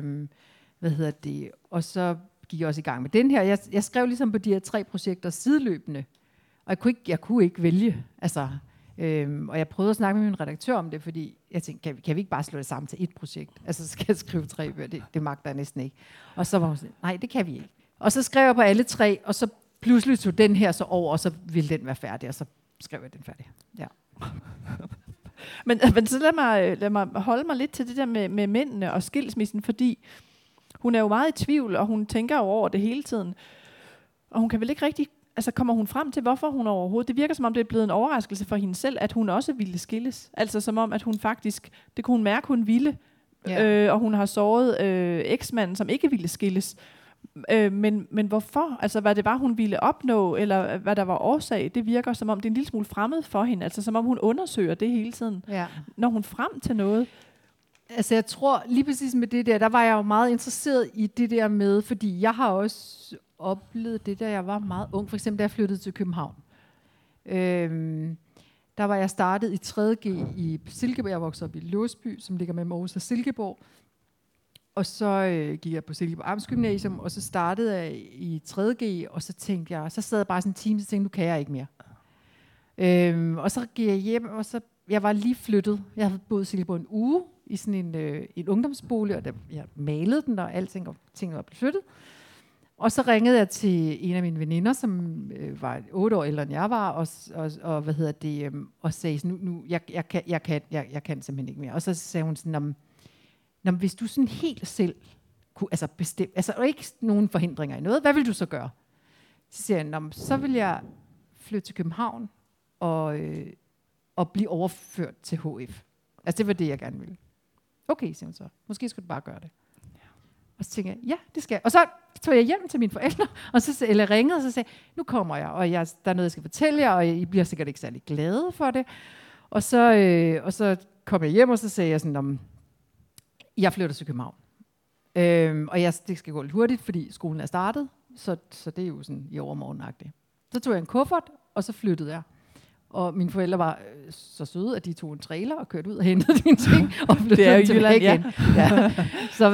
Og så gik jeg også i gang med den her. Jeg skrev ligesom på de her 3 projekter sideløbende, og jeg kunne ikke vælge. Og jeg prøvede at snakke med min redaktør om det, fordi jeg tænkte, kan vi ikke bare slå det sammen til et projekt? Altså, skal jeg skrive 3 bøger? Det magter jeg næsten ikke. Og så var hun sådan, nej, det kan vi ikke. Og så skrev jeg på alle 3, og så pludselig tog den her så over, og så ville den være færdig, og så skrev jeg den færdig. Ja. Men så lad mig holde mig lidt til det der med mændene og skilsmissen, fordi hun er jo meget i tvivl, og hun tænker jo over det hele tiden. Og hun kan vel ikke rigtig, kommer hun frem til, hvorfor hun overhovedet, det virker som om det er blevet en overraskelse for hende selv, at hun også ville skilles. Altså som om, at hun faktisk, det kunne hun mærke, hun ville, og hun har såret eksmanden, som ikke ville skilles. Men hvorfor? Altså, hvad det var, hun ville opnå, eller hvad der var årsag, det virker som om, det er en lille smule fremmed for hende. Altså, som om hun undersøger det hele tiden. Ja. Når hun frem til noget. Altså, jeg tror, lige præcis med det der var jeg jo meget interesseret i det der med, fordi jeg har også oplevet det, da jeg var meget ung. For eksempel, da jeg flyttede til København. Der var jeg startet i 3.G i Silkeborg. Jeg voksede op i Låsby, som ligger mellem Aarhus og Silkeborg. Og så gik jeg på Silkeborg Amtsgymnasium, og så startede jeg i 3.G, og så tænkte jeg, så sad jeg bare sådan en time, og tænkte, nu kan jeg ikke mere. Og så gik jeg hjem, og så, jeg var lige flyttet. Jeg havde boet i Silkeborg en uge, i sådan en ungdomsbolig, og jeg malede den, og alting, og tingene var blevet flyttet. Og så ringede jeg til en af mine veninder, som var 8 år ældre end jeg var, og sagde sådan, jeg kan simpelthen ikke mere. Og så sagde hun sådan, hvis du sådan helt selv kunne bestemme, og ikke nogen forhindringer i noget, hvad vil du så gøre? Så siger jeg, så vil jeg flytte til København og blive overført til HF. Altså det var det, jeg gerne ville. Okay, siger hun så. Måske skulle du bare gøre det. Og så tænkte jeg, ja, det skal jeg. Og så tog jeg hjem til mine forældre, eller ringede, og så sagde nu kommer jeg, og der er noget, jeg skal fortælle jer, og I bliver sikkert ikke særlig glade for det. Og så kom jeg hjem, og så sagde jeg sådan, jeg flytter til København. Og det skal gå lidt hurtigt, fordi skolen er startet, så det er jo sådan i overmorgenagtigt. Så tog jeg en kuffert, og så flyttede jeg. Og mine forældre var så søde, at de tog en trailer og kørte ud og hentede mine ting, og flyttede tilbage igen. Ja. Så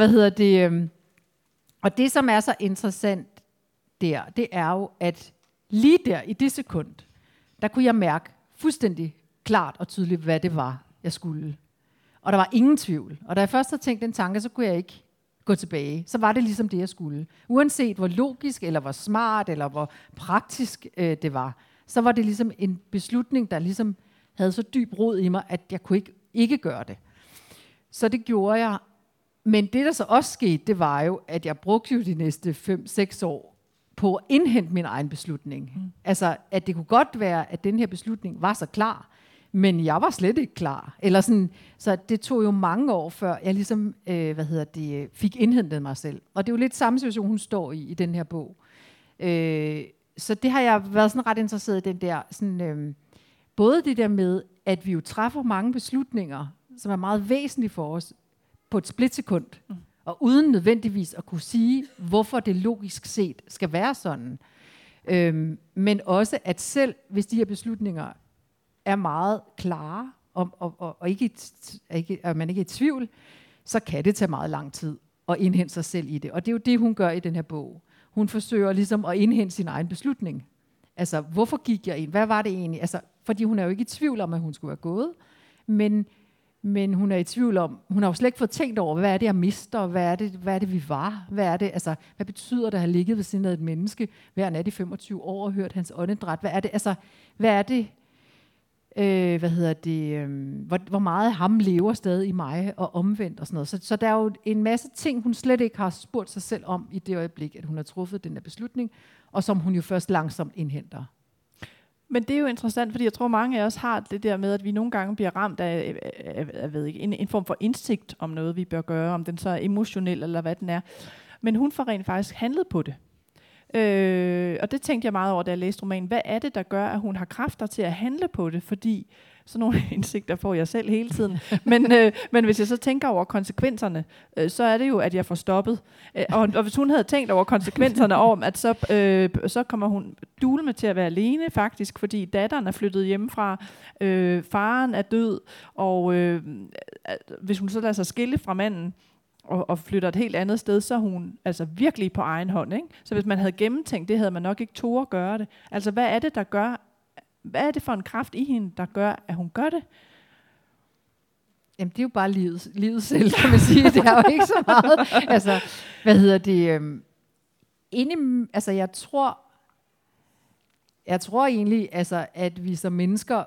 og det, som er så interessant der, det er jo, at lige der, i det sekund, der kunne jeg mærke fuldstændig klart og tydeligt, hvad det var, jeg skulle. Og der var ingen tvivl. Og da jeg først havde tænkt den tanke, så kunne jeg ikke gå tilbage. Så var det ligesom det, jeg skulle. Uanset hvor logisk, eller hvor smart, eller hvor praktisk det var, så var det ligesom en beslutning, der ligesom havde så dyb rod i mig, at jeg kunne ikke gøre det. Så det gjorde jeg. Men det, der så også skete, det var jo, at jeg brugte jo de næste 5-6 år på at indhente min egen beslutning. Altså, at det kunne godt være, at den her beslutning var så klar, men jeg var slet ikke klar. Eller sådan, så det tog jo mange år, før jeg ligesom fik indhentet mig selv. Og det er jo lidt samme situation, hun står i den her bog. Så det har jeg været sådan ret interesseret i, den der, sådan, både det der med, at vi jo træffer mange beslutninger, som er meget væsentlige for os, på et splitsekund, og uden nødvendigvis at kunne sige, hvorfor det logisk set skal være sådan. Men også, at selv hvis de her beslutninger er meget klare, og man ikke er i tvivl, så kan det tage meget lang tid at indhente sig selv i det. Og det er jo det, hun gør i den her bog. Hun forsøger ligesom at indhente sin egen beslutning. Altså, hvorfor gik jeg ind? Hvad var det egentlig? Altså, fordi hun er jo ikke i tvivl om, at hun skulle være gået, men hun er i tvivl om, hun har jo slet ikke fået tænkt over, hvad er det, jeg mister? Hvad er det, vi var? Hvad betyder det at have ligget ved siden af et menneske hver nat i 25 år og hørt hans åndedræt? Hvor meget ham lever stadig i mig og omvendt og sådan noget. Så der er jo en masse ting, hun slet ikke har spurgt sig selv om i det øjeblik, at hun har truffet den her beslutning, og som hun jo først langsomt indhenter. Men det er jo interessant, fordi jeg tror, mange af os har det der med, at vi nogle gange bliver ramt af jeg ved ikke, en form for indsigt om noget, vi bør gøre, om den så er emotionel eller hvad den er. Men hun får rent faktisk handlet på det. Og det tænkte jeg meget over, da jeg læste romanen. Hvad er det, der gør, at hun har kræfter til at handle på det? Fordi sådan nogle indsigter får jeg selv hele tiden. Men hvis jeg så tænker over konsekvenserne, så er det jo, at jeg får stoppet. Og hvis hun havde tænkt over konsekvenserne om, at så kommer hun dulme til at være alene faktisk, fordi datteren er flyttet hjemmefra, faren er død, og hvis hun så lader sig skille fra manden, og flytter et helt andet sted, så er hun altså virkelig på egen hånd, ikke? Så hvis man havde gennemtænkt det, havde man nok ikke turde at gøre det. Altså, hvad er det for en kraft i hende, der gør, at hun gør det? Jamen, det er jo bare livet selv, kan man sige. Det er jo ikke så meget. Altså, jeg tror egentlig, altså, at vi som mennesker,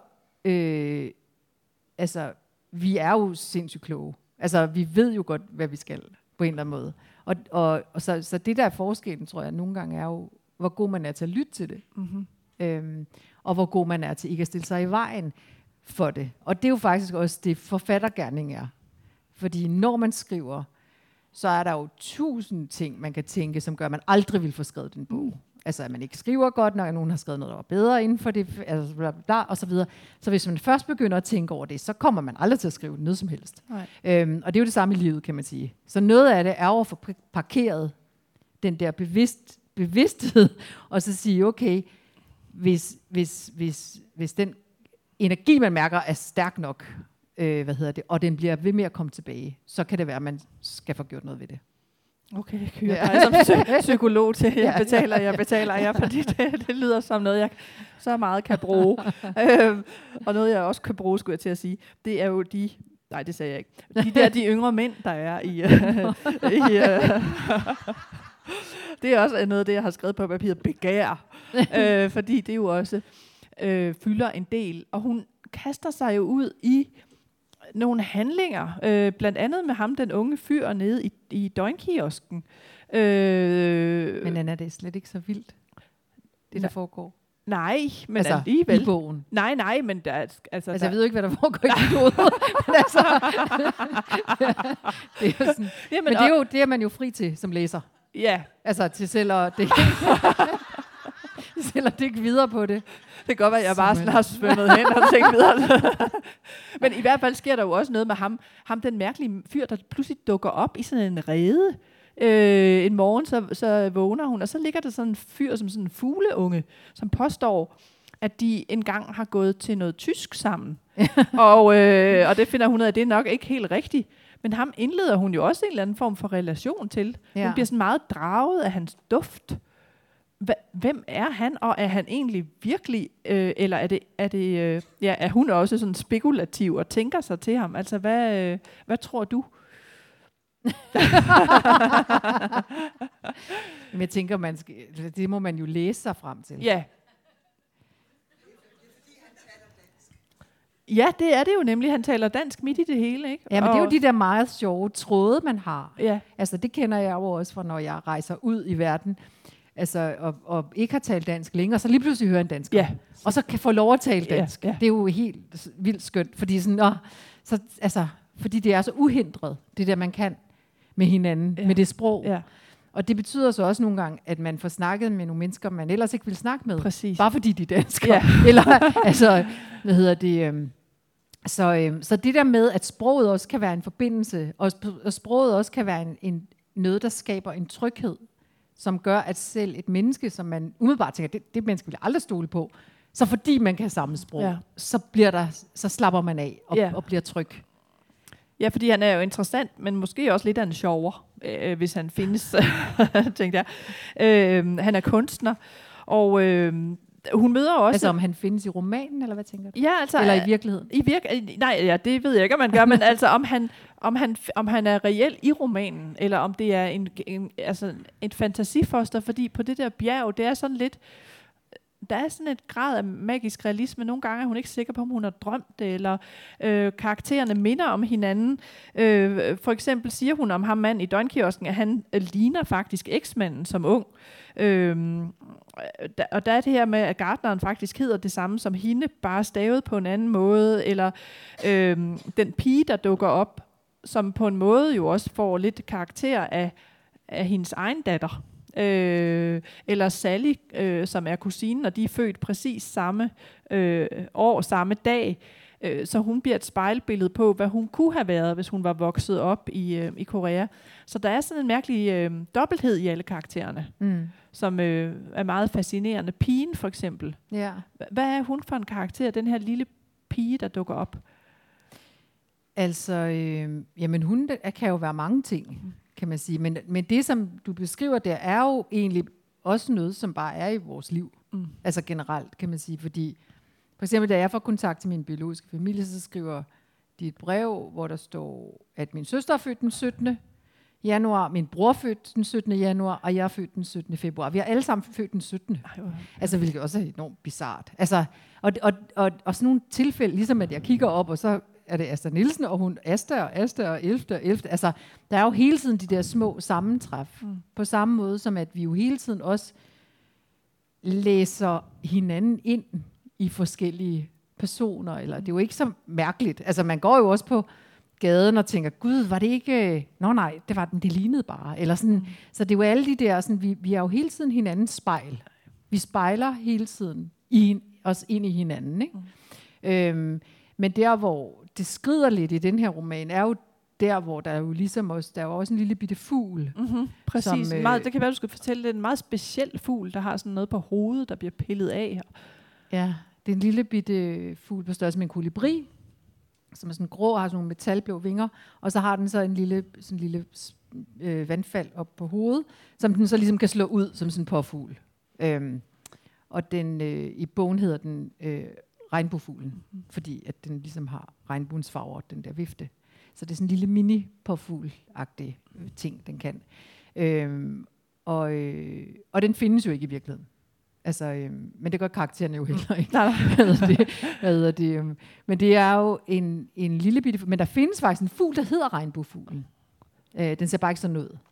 vi er jo sindssygt kloge. Altså, vi ved jo godt, hvad vi skal, på en eller anden måde. Og så det der er forskellen, tror jeg, nogle gange er jo, hvor god man er til at lytte til det. Mm-hmm. Og hvor god man er til ikke at stille sig i vejen for det. Og det er jo faktisk også det, forfattergerning er. Fordi når man skriver, så er der jo 1000 ting, man kan tænke, som gør, at man aldrig vil få skrevet den bog. Altså, at man ikke skriver godt nok, at nogen har skrevet noget, der var bedre inden for det, altså, bla, bla, bla, og så videre. Så hvis man først begynder at tænke over det, så kommer man aldrig til at skrive noget som helst. Og det er jo det samme i livet, kan man sige. Så noget af det er at få parkeret den der bevidsthed, og så sige, okay, hvis den energi, man mærker, er stærk nok, og den bliver ved med at komme tilbage, så kan det være, at man skal få gjort noget ved det. Okay, jeg kører dig som psykolog til, jeg betaler, fordi det lyder som noget, jeg så meget kan bruge. Og noget, jeg også kan bruge, skulle jeg til at sige, det er jo nej, det sagde jeg ikke. De yngre mænd, der er i det er også noget af det, jeg har skrevet på papiret, begær. Fordi det jo også fylder en del. Og hun kaster sig jo ud i nogle handlinger, blandt andet med ham, den unge fyr nede i døgnkiosken. Men Anna, det er slet ikke så vildt, det der foregår. Nej, men altså, alligevel. I bogen. Nej, men der er... Altså, jeg ved jo ikke, hvad der foregår i dit hoved. Men altså... det er jo sådan, men det er man jo fri til, som læser. Ja. Altså, til selv at dække videre på det. Det kan godt være, at jeg bare snart svømmet hen og tænkt videre. Men i hvert fald sker der jo også noget med ham den mærkelige fyr, der pludselig dukker op i sådan en rede. En morgen, så vågner hun, og så ligger der sådan en fyr som sådan en fugleunge, som påstår, at de engang har gået til noget tysk sammen. og det finder hun ud af, det er nok ikke helt rigtigt. Men ham indleder hun jo også en eller anden form for relation til. Ja. Hun bliver sådan meget draget af hans duft. Hvem er han, og er han egentlig virkelig, eller er hun også sådan spekulativ og tænker sig til ham? Altså, hvad tror du? Men jeg tænker, det må man jo læse sig frem til. Ja. Ja, det er det jo nemlig. Han taler dansk midt i det hele, ikke? Ja, men det er jo de der meget sjove tråde, man har. Ja. Altså, det kender jeg jo også fra, når jeg rejser ud i verden. Altså, og ikke har talt dansk længere, så lige pludselig hører en dansker. Ja. Og så kan få lov at tale dansk. Ja. Det er jo helt vildt skønt, fordi fordi det er så uhindret, det der man kan med hinanden, med det sprog. Ja. Og det betyder så også nogle gange, at man får snakket med nogle mennesker, man ellers ikke vil snakke med. Præcis. Bare fordi de er danskere. Ja. Eller, altså, så det der med, at sproget også kan være en forbindelse, og sproget også kan være noget, der skaber en tryghed, som gør, at selv et menneske, som man umiddelbart tænker, det menneske vil jeg aldrig stole på, så fordi man kan have samme sprog, så slapper man af og bliver tryg. Ja, fordi han er jo interessant, men måske også lidt af en sjover, hvis han findes, tænkte jeg. Han er kunstner, og hun møder også... Altså om han findes i romanen, eller hvad tænker du? Ja, altså... Eller i virkeligheden? Nej, ja, det ved jeg ikke, om man gør, men altså om han er reel i romanen, eller om det er en fantasifoster, fordi på det der bjerg, det er sådan lidt... Der er sådan et grad af magisk realisme. Nogle gange er hun ikke sikker på, om hun har drømt det, eller karaktererne minder om hinanden. For eksempel siger hun om ham mand i døgnkiosken, at han ligner faktisk eksmanden som ung. Og der er det her med, at gartneren faktisk hedder det samme som hende, bare stavet på en anden måde, eller den pige, der dukker op, som på en måde jo også får lidt karakter af hendes egen datter. Eller Sally, som er kusinen, og de er født præcis samme år, samme dag, så hun bliver et spejlbillede på, hvad hun kunne have været, hvis hun var vokset op i Korea. Så der er sådan en mærkelig dobbelthed i alle karaktererne, som er meget fascinerende. Pigen for eksempel. Ja. Hvad er hun for en karakter, den her lille pige, der dukker op? Altså, jamen hun kan jo være mange ting, kan man sige. Men det, som du beskriver der, er jo egentlig også noget, som bare er i vores liv. Altså generelt, kan man sige. Fordi, for eksempel, da jeg får kontakt til min biologiske familie, så skriver de et brev, hvor der står, at min søster er født den 17. januar, min bror er født den 17. januar, og jeg er født den 17. februar. Vi er alle sammen født den 17. Altså, hvilket også er enormt bizart. Altså, og sådan nogle tilfælde, ligesom at jeg kigger op, og så er det Asta Nielsen, og hun Asta og 11. Altså, der er jo hele tiden de der små sammentræf. På samme måde som, at vi jo hele tiden også læser hinanden ind i forskellige personer. Eller det er jo ikke så mærkeligt. Altså, man går jo også på gaden og tænker, gud, var det ikke... Nå nej, det var den, det lignede bare. Eller sådan. Så det er jo alle de der... Sådan, vi er jo hele tiden hinandens spejl. Vi spejler hele tiden os ind i hinanden. Ikke? Men der, hvor det skrider lidt i den her roman, er jo der, hvor der er jo ligesom også, der er jo også en lille bitte fugl. Præcis. Som, det kan være, du skal fortælle, det er en meget speciel fugl, der har sådan noget på hovedet, der bliver pillet af. Ja, det er en lille bitte fugl på størrelse med en kolibri, som er sådan grå, har sådan nogle metalblå vinger, og så har den så en lille vandfald op på hovedet, som den så ligesom kan slå ud som sådan en påfugl. Og den, i bogen hedder den regnbuefuglen, fordi at den ligesom har regnbuens farver, den der vifte. Så det er sådan en lille mini-påfugl-agtig ting, den kan. Og den findes jo ikke i virkeligheden. Altså, men det gør karaktererne jo heller ikke. Men det er jo en lille bitte... Men der findes faktisk en fugl, der hedder regnbuefuglen. Den ser bare ikke sådan ud.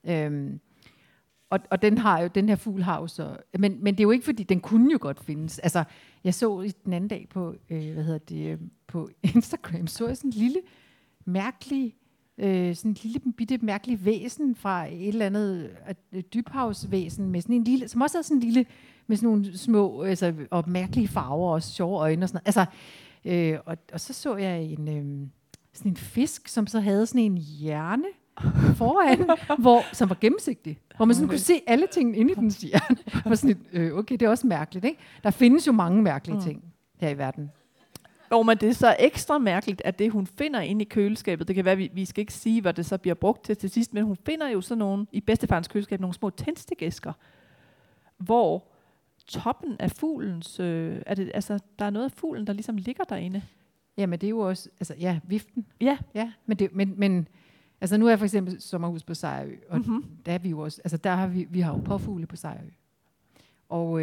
Og den her fugl har jo så... Men det er jo ikke, fordi den kunne jo godt findes. Altså, jeg så den anden dag på, på Instagram, så jeg sådan en lille mærkelig... sådan en lille bitte mærkelig væsen fra et eller andet dybhavsvæsen med sådan en lille, som også er sådan en lille med sådan nogle små og mærkelige farver og sjove øjne og sådan noget. Altså, og så jeg sådan en fisk, som så havde sådan en hjerne foran, som var gennemsigtig, hvor man sådan kunne se alle tingene inde i den hjerne. Var sådan okay, det er også mærkeligt, ikke? Der findes jo mange mærkelige ting her i verden. Men det er så ekstra mærkeligt, at det, hun finder inde i køleskabet, det kan være, vi skal ikke sige, hvad det så bliver brugt til sidst, men hun finder jo sådan nogle, i bedstefarens køleskab, nogle små tændstikæsker, hvor toppen af fuglens, der er noget af fuglen, der ligesom ligger derinde. Jamen, det er jo også, viften. Ja. Men altså, nu er jeg for eksempel sommerhus på Sejerø, og der er vi jo også, altså der har vi har jo påfugle på Sejerø. Og,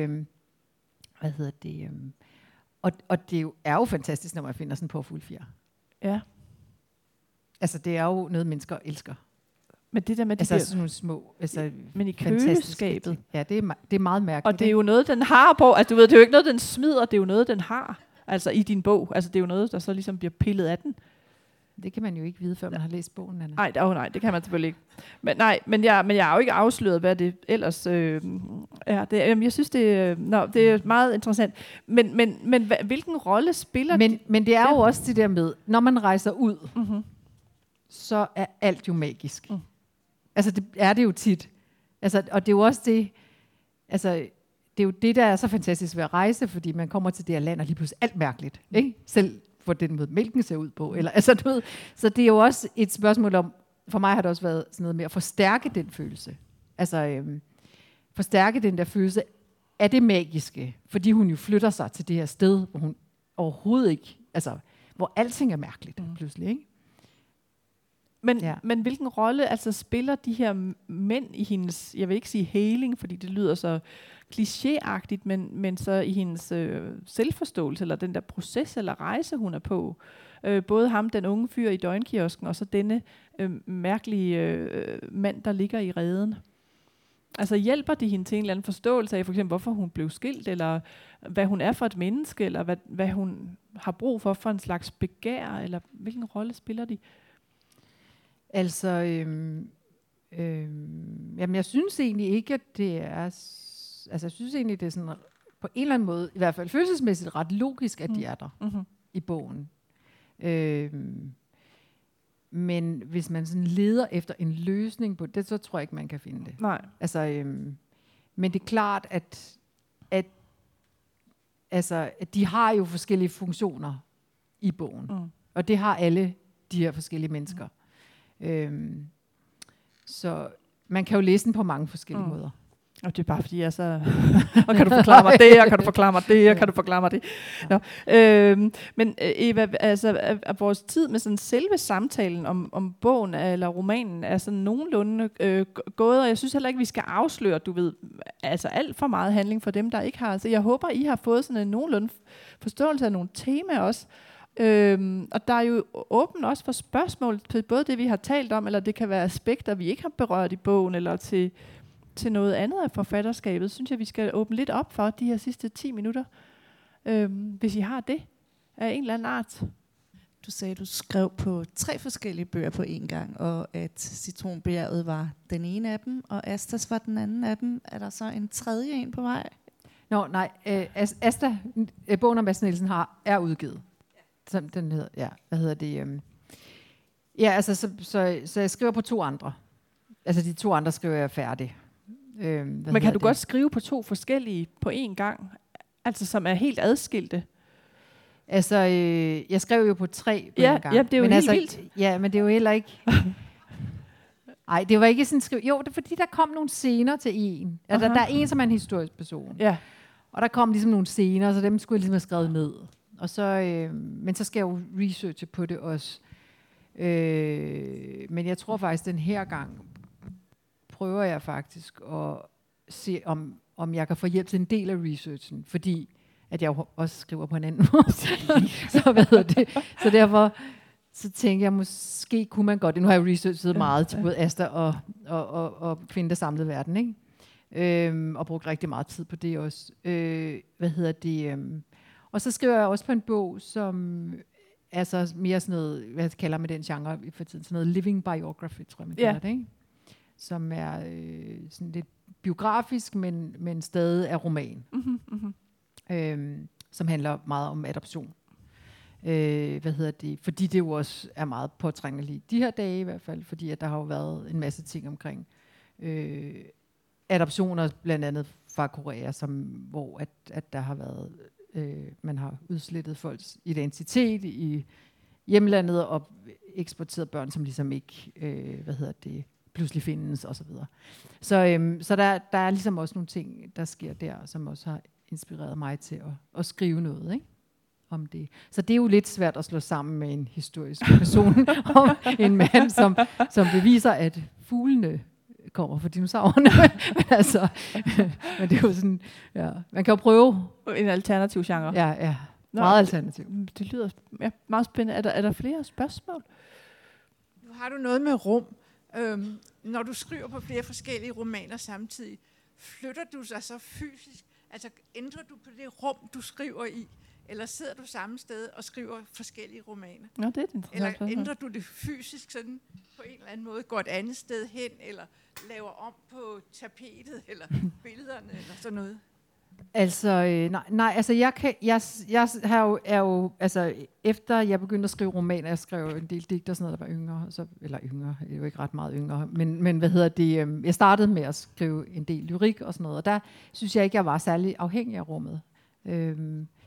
Og det er jo fantastisk, når man finder sådan en påfuglefjer. Ja. Altså, det er jo noget, mennesker elsker. Men det der med altså, sådan nogle små, men i køleskabet. Ja, det er meget mærkeligt. Og det er jo noget, den har på. Altså, du ved, det er jo ikke noget, den smider, det er jo noget, den har. Altså, i din bog. Altså, det er jo noget, der så ligesom bliver pillet af den. Det kan man jo ikke vide, før man har læst bogen, Anna. Nej, det kan man selvfølgelig ikke. Men jeg har jo ikke afsløret, hvad det ellers er. Jeg synes, det er meget interessant. Men hvilken rolle spiller det? Men det er jo også det der med, når man rejser ud, så er alt jo magisk. Altså, det er det jo tit. Altså, og det er jo også det... Altså, det er jo det, der er så fantastisk ved at rejse, fordi man kommer til det her land, og lige pludselig alt mærkeligt. Ikke? Selv hvor den måde mælken ser ud på. Eller, altså, du ved, så det er jo også et spørgsmål om, for mig har det også været sådan noget med at forstærke den følelse. Altså forstærke den der følelse af det magiske, fordi hun jo flytter sig til det her sted, hvor hun overhovedet ikke, altså hvor alting er mærkeligt pludselig, ikke? Men hvilken rolle altså spiller de her mænd i hendes, jeg vil ikke sige heling, fordi det lyder så klichéagtigt, men så i hendes selvforståelse, eller den der proces eller rejse, hun er på. Både ham, den unge fyr i døgnkiosken, og så denne mærkelige mand, der ligger i reden. Altså hjælper de hende til en eller anden forståelse af, for eksempel hvorfor hun blev skilt, eller hvad hun er for et menneske, eller hvad hun har brug for en slags begær, eller hvilken rolle spiller de? Altså, jamen jeg synes egentlig ikke, at det er... Altså jeg synes egentlig, det er sådan på en eller anden måde, i hvert fald følelsesmæssigt ret logisk, at de er der i bogen. Men hvis man sådan leder efter en løsning på det, så tror jeg ikke, man kan finde det. Nej. Altså, men det er klart, at de har jo forskellige funktioner i bogen. Og det har alle de her forskellige mennesker. Så man kan jo læse den på mange forskellige måder. Og det er bare fordi jeg så... og kan du forklare mig det, og kan du forklare mig det, og kan du forklare mig det. Nå. Men Eva, altså er vores tid med sådan selve samtalen om bogen eller romanen er sådan nogenlunde gået, og jeg synes heller ikke, vi skal afsløre, du ved, altså alt for meget handling for dem, der ikke har. Så jeg håber, I har fået sådan en nogenlunde forståelse af nogle temaer også. Og der er jo åben også for spørgsmål til både det, vi har talt om, eller det kan være aspekter, vi ikke har berørt i bogen, eller til noget andet af forfatterskabet, synes jeg, vi skal åbne lidt op for de her sidste 10 minutter, hvis I har det af en eller anden art. Du sagde, at du skrev på 3 forskellige bøger på én gang, og at Citronbjerget var den ene af dem, og Astas var den anden af dem. Er der så en tredje en på vej? Nej. Asta, bogen om Asta Nielsen er udgivet. Som den hedder, ja. Hvad hedder det? Ja, altså, så jeg skriver på 2 andre. Altså, de 2 andre skriver jeg færdig. Men kan du godt skrive på 2 forskellige på én gang? Altså, som er helt adskilte? Altså, jeg skrev jo på 3 på en gang. Ja, det er jo men helt vildt. Ja, men det er jo heller ikke... Nej, det var ikke sådan skrive. Jo, det er fordi, der kom nogle scener til en. Altså, der er en, som er en historisk person. Ja. Og der kom ligesom nogle scener, så dem skulle jeg ligesom have skrevet ned. Og så, men så skal jeg jo researche på det også. Men jeg tror faktisk, den her gang prøver jeg faktisk at se, om jeg kan få hjælp til en del af researchen, fordi at jeg jo også skriver på en anden måde. Så derfor så tænker jeg, måske kunne man godt, nu har jeg researchet meget til både Asta og finde det samlede verden, ikke? Og brugt rigtig meget tid på det også. Og så skriver jeg også på en bog, som er så mere sådan noget, hvad jeg kalder med den genre for tiden, sådan noget living biography, tror jeg, man kalder det, ikke? Som er sådan lidt biografisk, men stadig er roman. Som handler meget om adoption. Fordi det jo også er meget påtrængende lige de her dage i hvert fald, fordi at der har jo været en masse ting omkring adoptioner, blandt andet fra Korea, hvor at der har været, man har udslettet folks identitet i hjemlandet og eksporteret børn, som ligesom ikke, pludselig findes og så videre. Så der er ligesom også nogle ting, der sker der, som også har inspireret mig til at skrive noget, ikke? Om det. Så det er jo lidt svært at slå sammen med en historisk person om en mand, som beviser, at fuglene kommer fra dinosaurerne. Men det er jo sådan, ja. Man kan jo prøve. En alternativ genre. Ja. Meget alternativ. Det lyder meget spændende. Er der flere spørgsmål? Nu har du noget med rum. Når du skriver på flere forskellige romaner samtidig, flytter du sig så fysisk? Altså ændrer du på det rum, du skriver i? Eller sidder du samme sted og skriver forskellige romaner? Nå, det er et interessant eller ændrer du det fysisk sådan på en eller anden måde? Går et andet sted hen, eller laver om på tapetet, eller billederne, eller sådan noget? Altså, nej, altså jeg er jo, altså efter jeg begyndte at skrive romaner, jeg skrev en del digter og sådan noget, der var yngre, eller yngre, det er jo ikke ret meget yngre, men jeg startede med at skrive en del lyrik og sådan noget, og der synes jeg ikke, jeg var særlig afhængig af rummet.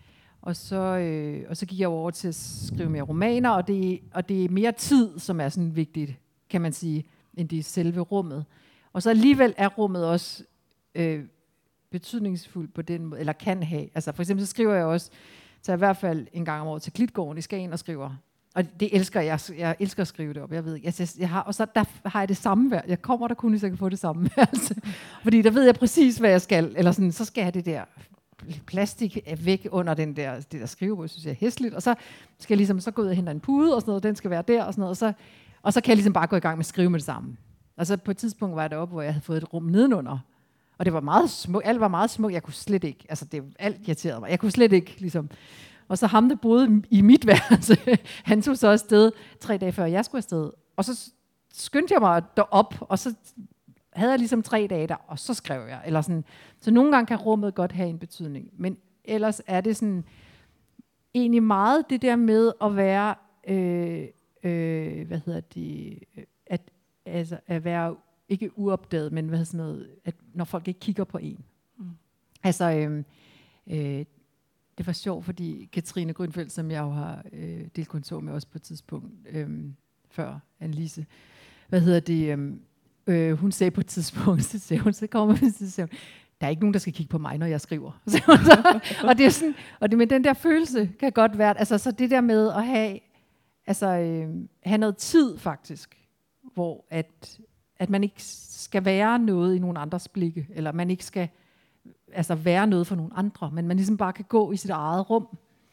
Og så gik jeg over til at skrive mere romaner, og det er mere tid, som er sådan vigtigt, kan man sige, end det selve rummet. Og så alligevel er rummet også betydningsfuldt på den måde, eller kan have. Altså for eksempel så skriver jeg også, så i hvert fald en gang om året til Klitgården i Skagen og skriver. Og det elsker jeg. Jeg elsker at skrive det op. Jeg ved ikke. Jeg har, og så der har jeg det samme værd. Jeg kommer der kun, så jeg kan få det samme værelse. Fordi der ved jeg præcis, hvad jeg skal. Eller sådan, så skal jeg have det der plastik væk under det der skrivebord, synes jeg er hæsligt. Og så skal jeg ligesom så gå ud og hente en pude og sådan noget. Den skal være der og sådan noget. Og så kan jeg ligesom bare gå i gang med at skrive med det samme. Og så på et tidspunkt var jeg deroppe, hvor jeg havde fået et rum nedenunder. Og det var meget smukt. Alt var meget smukt. Jeg kunne slet ikke. Altså det alt irriterede mig. Jeg kunne slet ikke ligesom. Og så ham, der boede i mit værelse, han tog så afsted 3 dage før jeg skulle afsted. Og så skyndte jeg mig derop, og så havde jeg ligesom 3 dage der, og så skrev jeg. Eller sådan. Så nogle gange kan rummet godt have en betydning. Men ellers er det sådan egentlig meget det der med at være, at være ikke uopdaget, men sådan noget, at når folk ikke kigger på en. Altså, det var sjovt, fordi Katrine Grønfeldt, som jeg jo har delt kontor med også på et tidspunkt, før Annelise, hun sagde på et tidspunkt, så kommer hun, så siger hun, der er ikke nogen, der skal kigge på mig, når jeg skriver. Og det er sådan, med den der følelse kan godt være, altså så det der med at have noget tid faktisk, hvor at man ikke skal være noget i nogen andres blikke, eller man ikke skal være noget for nogle andre, men man ligesom bare kan gå i sit eget rum,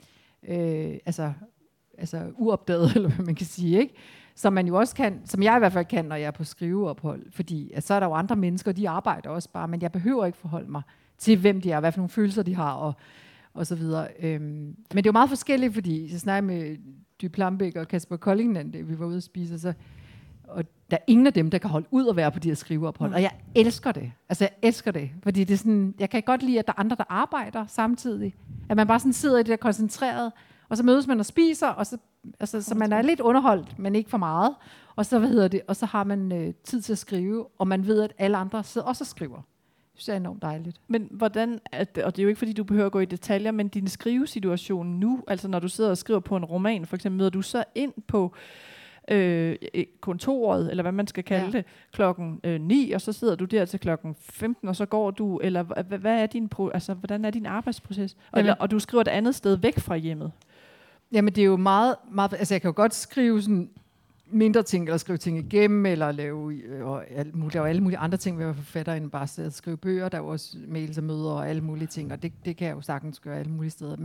uopdaget, eller hvad man kan sige, ikke? Som man jo også kan, som jeg i hvert fald kan, når jeg er på skriveophold, fordi så er der jo andre mennesker, de arbejder også bare, men jeg behøver ikke forholde mig til, hvem de er, hvad for nogle følelser de har, og så videre. Men det er jo meget forskelligt, fordi jeg snakker med Dy Plambæk og Kasper Kolding, da vi var ude at spise, og der er ingen af dem, der kan holde ud at være på de her skriveophold. Og jeg elsker det. Altså, jeg elsker det. Fordi det er sådan, jeg kan godt lide, at der er andre, der arbejder samtidig. At man bare sådan sidder i det der koncentreret, og så mødes man og spiser, og så man er lidt underholdt, men ikke for meget. Og så, og så har man tid til at skrive, og man ved, at alle andre sidder også og skriver. Det synes jeg er enormt dejligt. Men hvordan, og det er jo ikke fordi, du behøver at gå i detaljer, men din skrivesituation nu, altså når du sidder og skriver på en roman, for eksempel, møder du så ind på kontoret, eller hvad man skal kalde det, klokken 9, og så sidder du der til klokken 15, og så går du, eller hvad er hvordan er din arbejdsproces? Og du skriver et andet sted væk fra hjemmet? Jamen det er jo meget, altså jeg kan jo godt skrive sådan mindre ting, eller skrive ting igennem, eller lave alle mulige andre ting, ved at være forfatter, end bare at skrive bøger. Der er jo også mails og møder og alle mulige ting, og det kan jeg jo sagtens gøre alle mulige steder.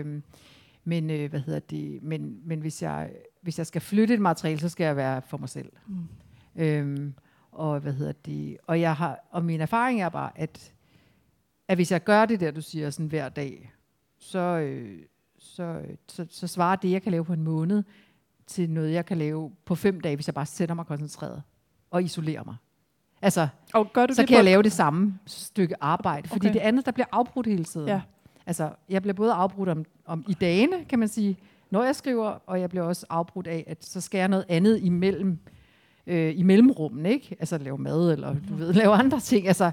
Men hvis jeg skal flytte et materiale, så skal jeg være for mig selv. Og min erfaring er bare, at hvis jeg gør det der, du siger sådan hver dag, så svarer det, jeg kan lave på en måned, til noget, jeg kan lave på 5 dage, hvis jeg bare sætter mig koncentreret og isolerer mig. Altså, og gør du så det kan jeg lave det samme stykke arbejde, fordi det andet, der bliver afbrudt hele tiden. Ja. Altså, jeg bliver både afbrudt om i dagene, kan man sige, når jeg skriver, og jeg bliver også afbrudt af, at så skal jeg noget andet i mellemrummen, ikke? Altså lave mad, eller lave andre ting. Altså,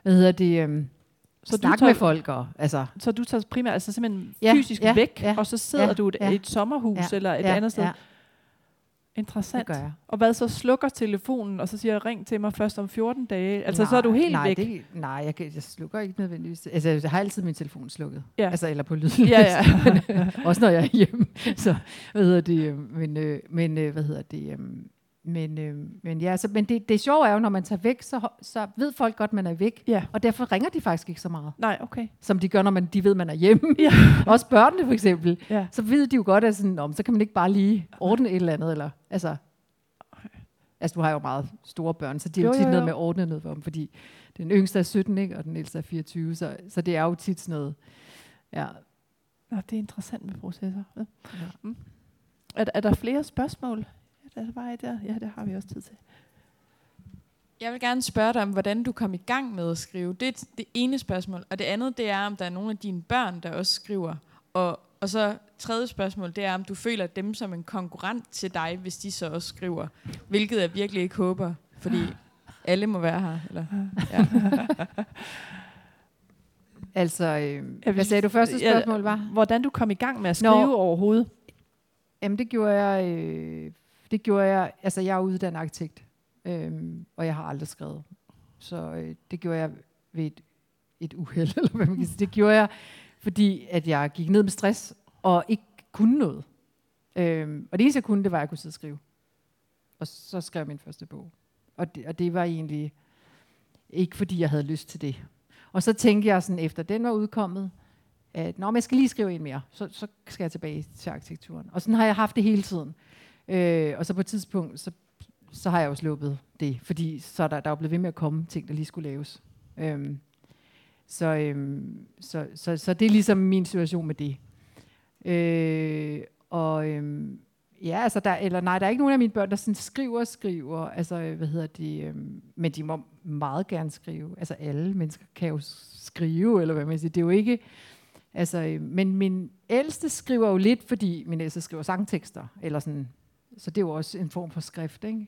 snakke med folk. Så du tager primært simpelthen fysisk væk, og så sidder du i et sommerhus eller et andet sted. Interessant. Det gør jeg. Og hvad så, slukker telefonen, og så siger jeg, ring til mig først om 14 dage? Altså, så er du helt væk? Jeg slukker ikke nødvendigvis. Altså, jeg har altid min telefon slukket. Ja. Altså, eller på lydløs. Også når jeg er hjemme. Så, Men det sjove er jo, når man tager væk, så ved folk godt, man er væk. Ja. Og derfor ringer de faktisk ikke så meget. Nej, okay. Som de gør, når de ved, man er hjemme. Ja. Også børnene for eksempel. Ja. Så ved de jo godt, at sådan, så kan man ikke bare lige ordne et eller andet. Eller, altså, du har jo meget store børn, så de er jo tit noget med at ordne noget for dem. Fordi den yngste er 17, ikke? Og den ældste er 24. Så det er jo tit sådan noget. Ja. Nå, det er interessant med processer. Ja. Er der flere spørgsmål? Ja, det har vi også tid til. Jeg vil gerne spørge dig om, hvordan du kom i gang med at skrive. Det er det ene spørgsmål. Og det andet, det er, om der er nogle af dine børn, der også skriver. Og så tredje spørgsmål, det er, om du føler dem som en konkurrent til dig, hvis de så også skriver. Hvilket jeg virkelig ikke håber, fordi alle må være her. Eller? Ja. Altså, hvad sagde du første spørgsmål var? Hvordan du kom i gang med at skrive overhovedet? Jamen, det gjorde jeg, altså jeg er uddannet arkitekt, og jeg har aldrig skrevet. Så det gjorde jeg ved et uheld, eller hvad man kan sige. Det gjorde jeg, fordi at jeg gik ned med stress, og ikke kunne noget. Og det eneste jeg kunne, det var, at jeg kunne sidde og skrive. Og så skrev jeg min første bog. Og det var egentlig ikke, fordi jeg havde lyst til det. Og så tænkte jeg sådan, efter den var udkommet, at jeg skal lige skrive en mere, så skal jeg tilbage til arkitekturen. Og sådan har jeg haft det hele tiden. Og så på et tidspunkt, så har jeg jo sluppet det, fordi så er der jo blevet ved med at komme ting, der lige skulle laves. Så det er ligesom min situation med det. Ja, altså der er ikke nogen af mine børn, der sådan skriver, altså men de må meget gerne skrive. Altså alle mennesker kan jo skrive, eller hvad man siger. Det er jo ikke, altså, men min ældste skriver jo lidt, fordi min ældste skriver sangtekster, eller sådan, så det er jo også en form for skrift, ikke?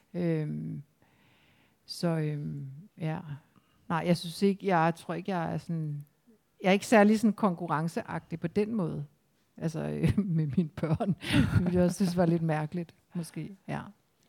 Ja. Nej, jeg synes ikke, jeg tror ikke, jeg er sådan, jeg er ikke særlig sådan konkurrenceagtig på den måde. Altså med mine børn. Jeg synes, det var lidt mærkeligt, måske. Ja.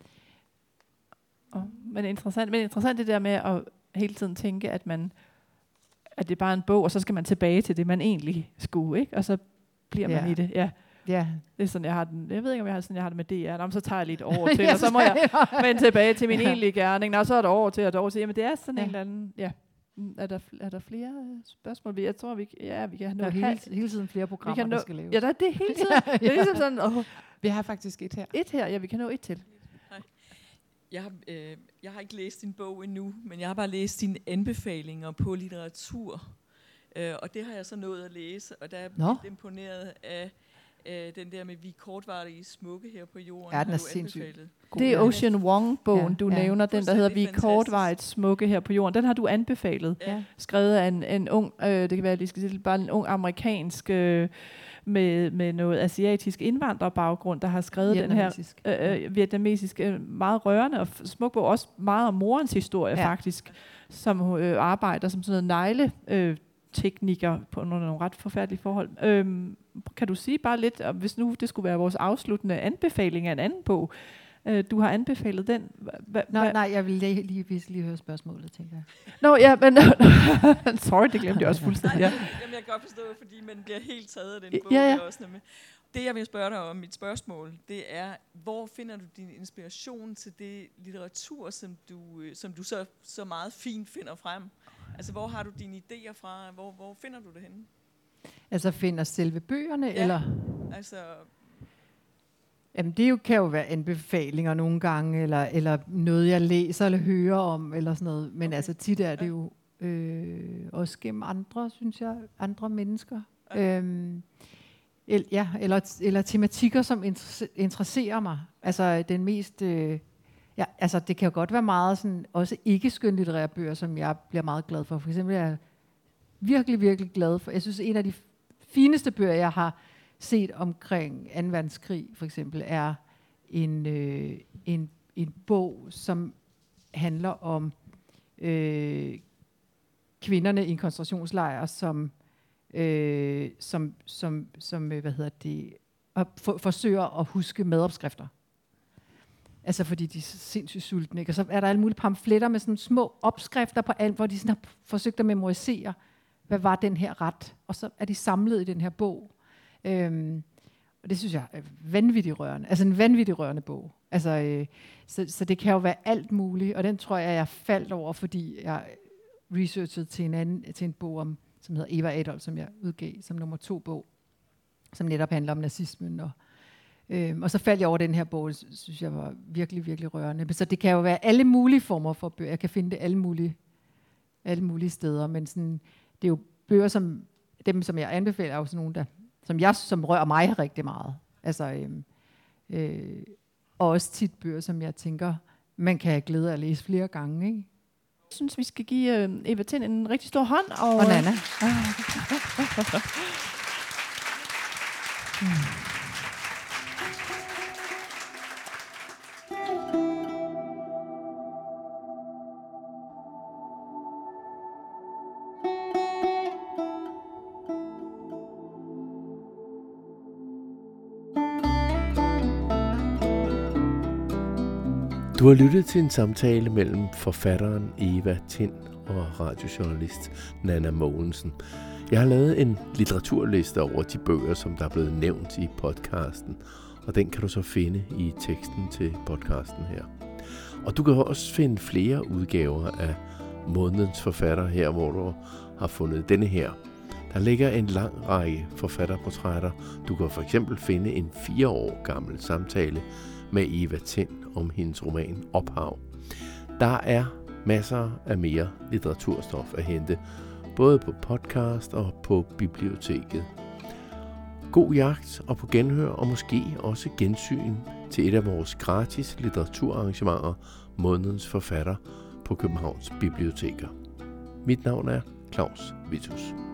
Men interessant det der med at hele tiden tænke, at det er bare en bog, og så skal man tilbage til det, man egentlig skulle, ikke? Og så bliver man i det. Ja. Ja. Det er sådan, jeg har den. Jeg ved ikke, om jeg har det med DR. Så tager jeg lidt over til, og så må jeg vende tilbage til min egentlige gerning. Og så er det over til, Jamen, det er sådan en eller anden... Ja. Er der flere spørgsmål? Jeg tror, vi kan nå hele tiden flere programmer, der skal laves. Ja, det er hele tiden. Det er ligesom sådan... Vi har faktisk et her. Et her, ja, vi kan nå et til. Jeg har ikke læst din bog endnu, men jeg har bare læst dine anbefalinger på litteratur. Og det har jeg så nået at læse, og der er jeg imponeret af den der med Vi kortvarige smukke her på jorden. Ja, den er sindssygt. Det er Ocean Wong-bogen, du nævner, den der hedder Vi kortvarigt smukke her på jorden. Den har du anbefalet. Ja. Skrevet af en ung, det kan være, bare en ung amerikansk med noget asiatisk indvandrerbaggrund, der har skrevet den her vietnamesisk meget rørende og smuk bog, også meget om morens historie faktisk, som arbejder som sådan noget teknikker på nogle ret forfærdelige forhold. Kan du sige bare lidt, hvis nu det skulle være vores afsluttende anbefaling af en anden bog, du har anbefalet den? Nej, jeg vil lige høre spørgsmålet, tænker jeg. Men sorry, det glemte jeg også fuldstændig. Jamen, jeg kan godt forstå, fordi man bliver helt taget af den bog. Ja. Også med. Det, jeg vil spørge dig om, mit spørgsmål, det er, hvor finder du din inspiration til det litteratur, som du så meget fint finder frem? Altså, hvor har du dine idéer fra? Hvor finder du det henne? Altså, finder selve bøgerne, eller? Altså... Jamen, det kan jo være anbefalinger nogle gange, eller noget, jeg læser eller hører om, eller sådan noget. Men altså, tit er det jo også gennem andre, synes jeg, andre mennesker. Eller tematikker, som interesserer mig. Altså, den mest... altså, det kan jo godt være meget sådan, også ikke-skønlitterære bøger, som jeg bliver meget glad for. For eksempel er jeg virkelig, virkelig glad for... Jeg synes, en af de fineste bøger, jeg har set omkring 2. verdenskrig, for eksempel, er en bog, som handler om kvinderne i en koncentrationslejr, som forsøger at huske madopskrifter. Altså fordi de er sindssygt sultne, ikke? Og så er der alle mulige pamfletter med sådan små opskrifter på alt, hvor de sådan har forsøgt at memorisere, hvad var den her ret, og så er de samlet i den her bog. Og det synes jeg er vanvittigt rørende. Altså en vanvittigt rørende bog. Altså, så det kan jo være alt muligt, og den tror jeg faldt over, fordi jeg researchede til en bog, som hedder Eva Adolf, som jeg udgav som nummer 2 bog, som netop handler om nazismen. Og så faldt jeg over den her bog, synes jeg var virkelig, virkelig rørende. Så det kan jo være alle mulige former for bøger. Jeg kan finde det alle mulige steder, men sådan, det er jo bøger, som dem, som jeg anbefaler, er jo sådan nogle, som rører mig rigtig meget. Altså, og også tit bøger, som jeg tænker, man kan have glæde af at læse flere gange, ikke? Jeg synes, vi skal give Eva Tind en rigtig stor hånd. Og Nana. Du har lyttet til en samtale mellem forfatteren Eva Tind og radiojournalist Nanna Mogensen. Jeg har lavet en litteraturliste over de bøger, som der er blevet nævnt i podcasten, og den kan du så finde i teksten til podcasten her. Og du kan også finde flere udgaver af månedens forfatter her, hvor du har fundet denne her. Der ligger en lang række forfatterportrætter. Du kan for eksempel finde en 4 år gammel samtale med Eva Tind om hendes roman Ophav. Der er masser af mere litteraturstof at hente, både på podcast og på biblioteket. God jagt og på genhør og måske også gensyn til et af vores gratis litteraturarrangementer, Månedens Forfatter, på Københavns Biblioteker. Mit navn er Claus Vitus.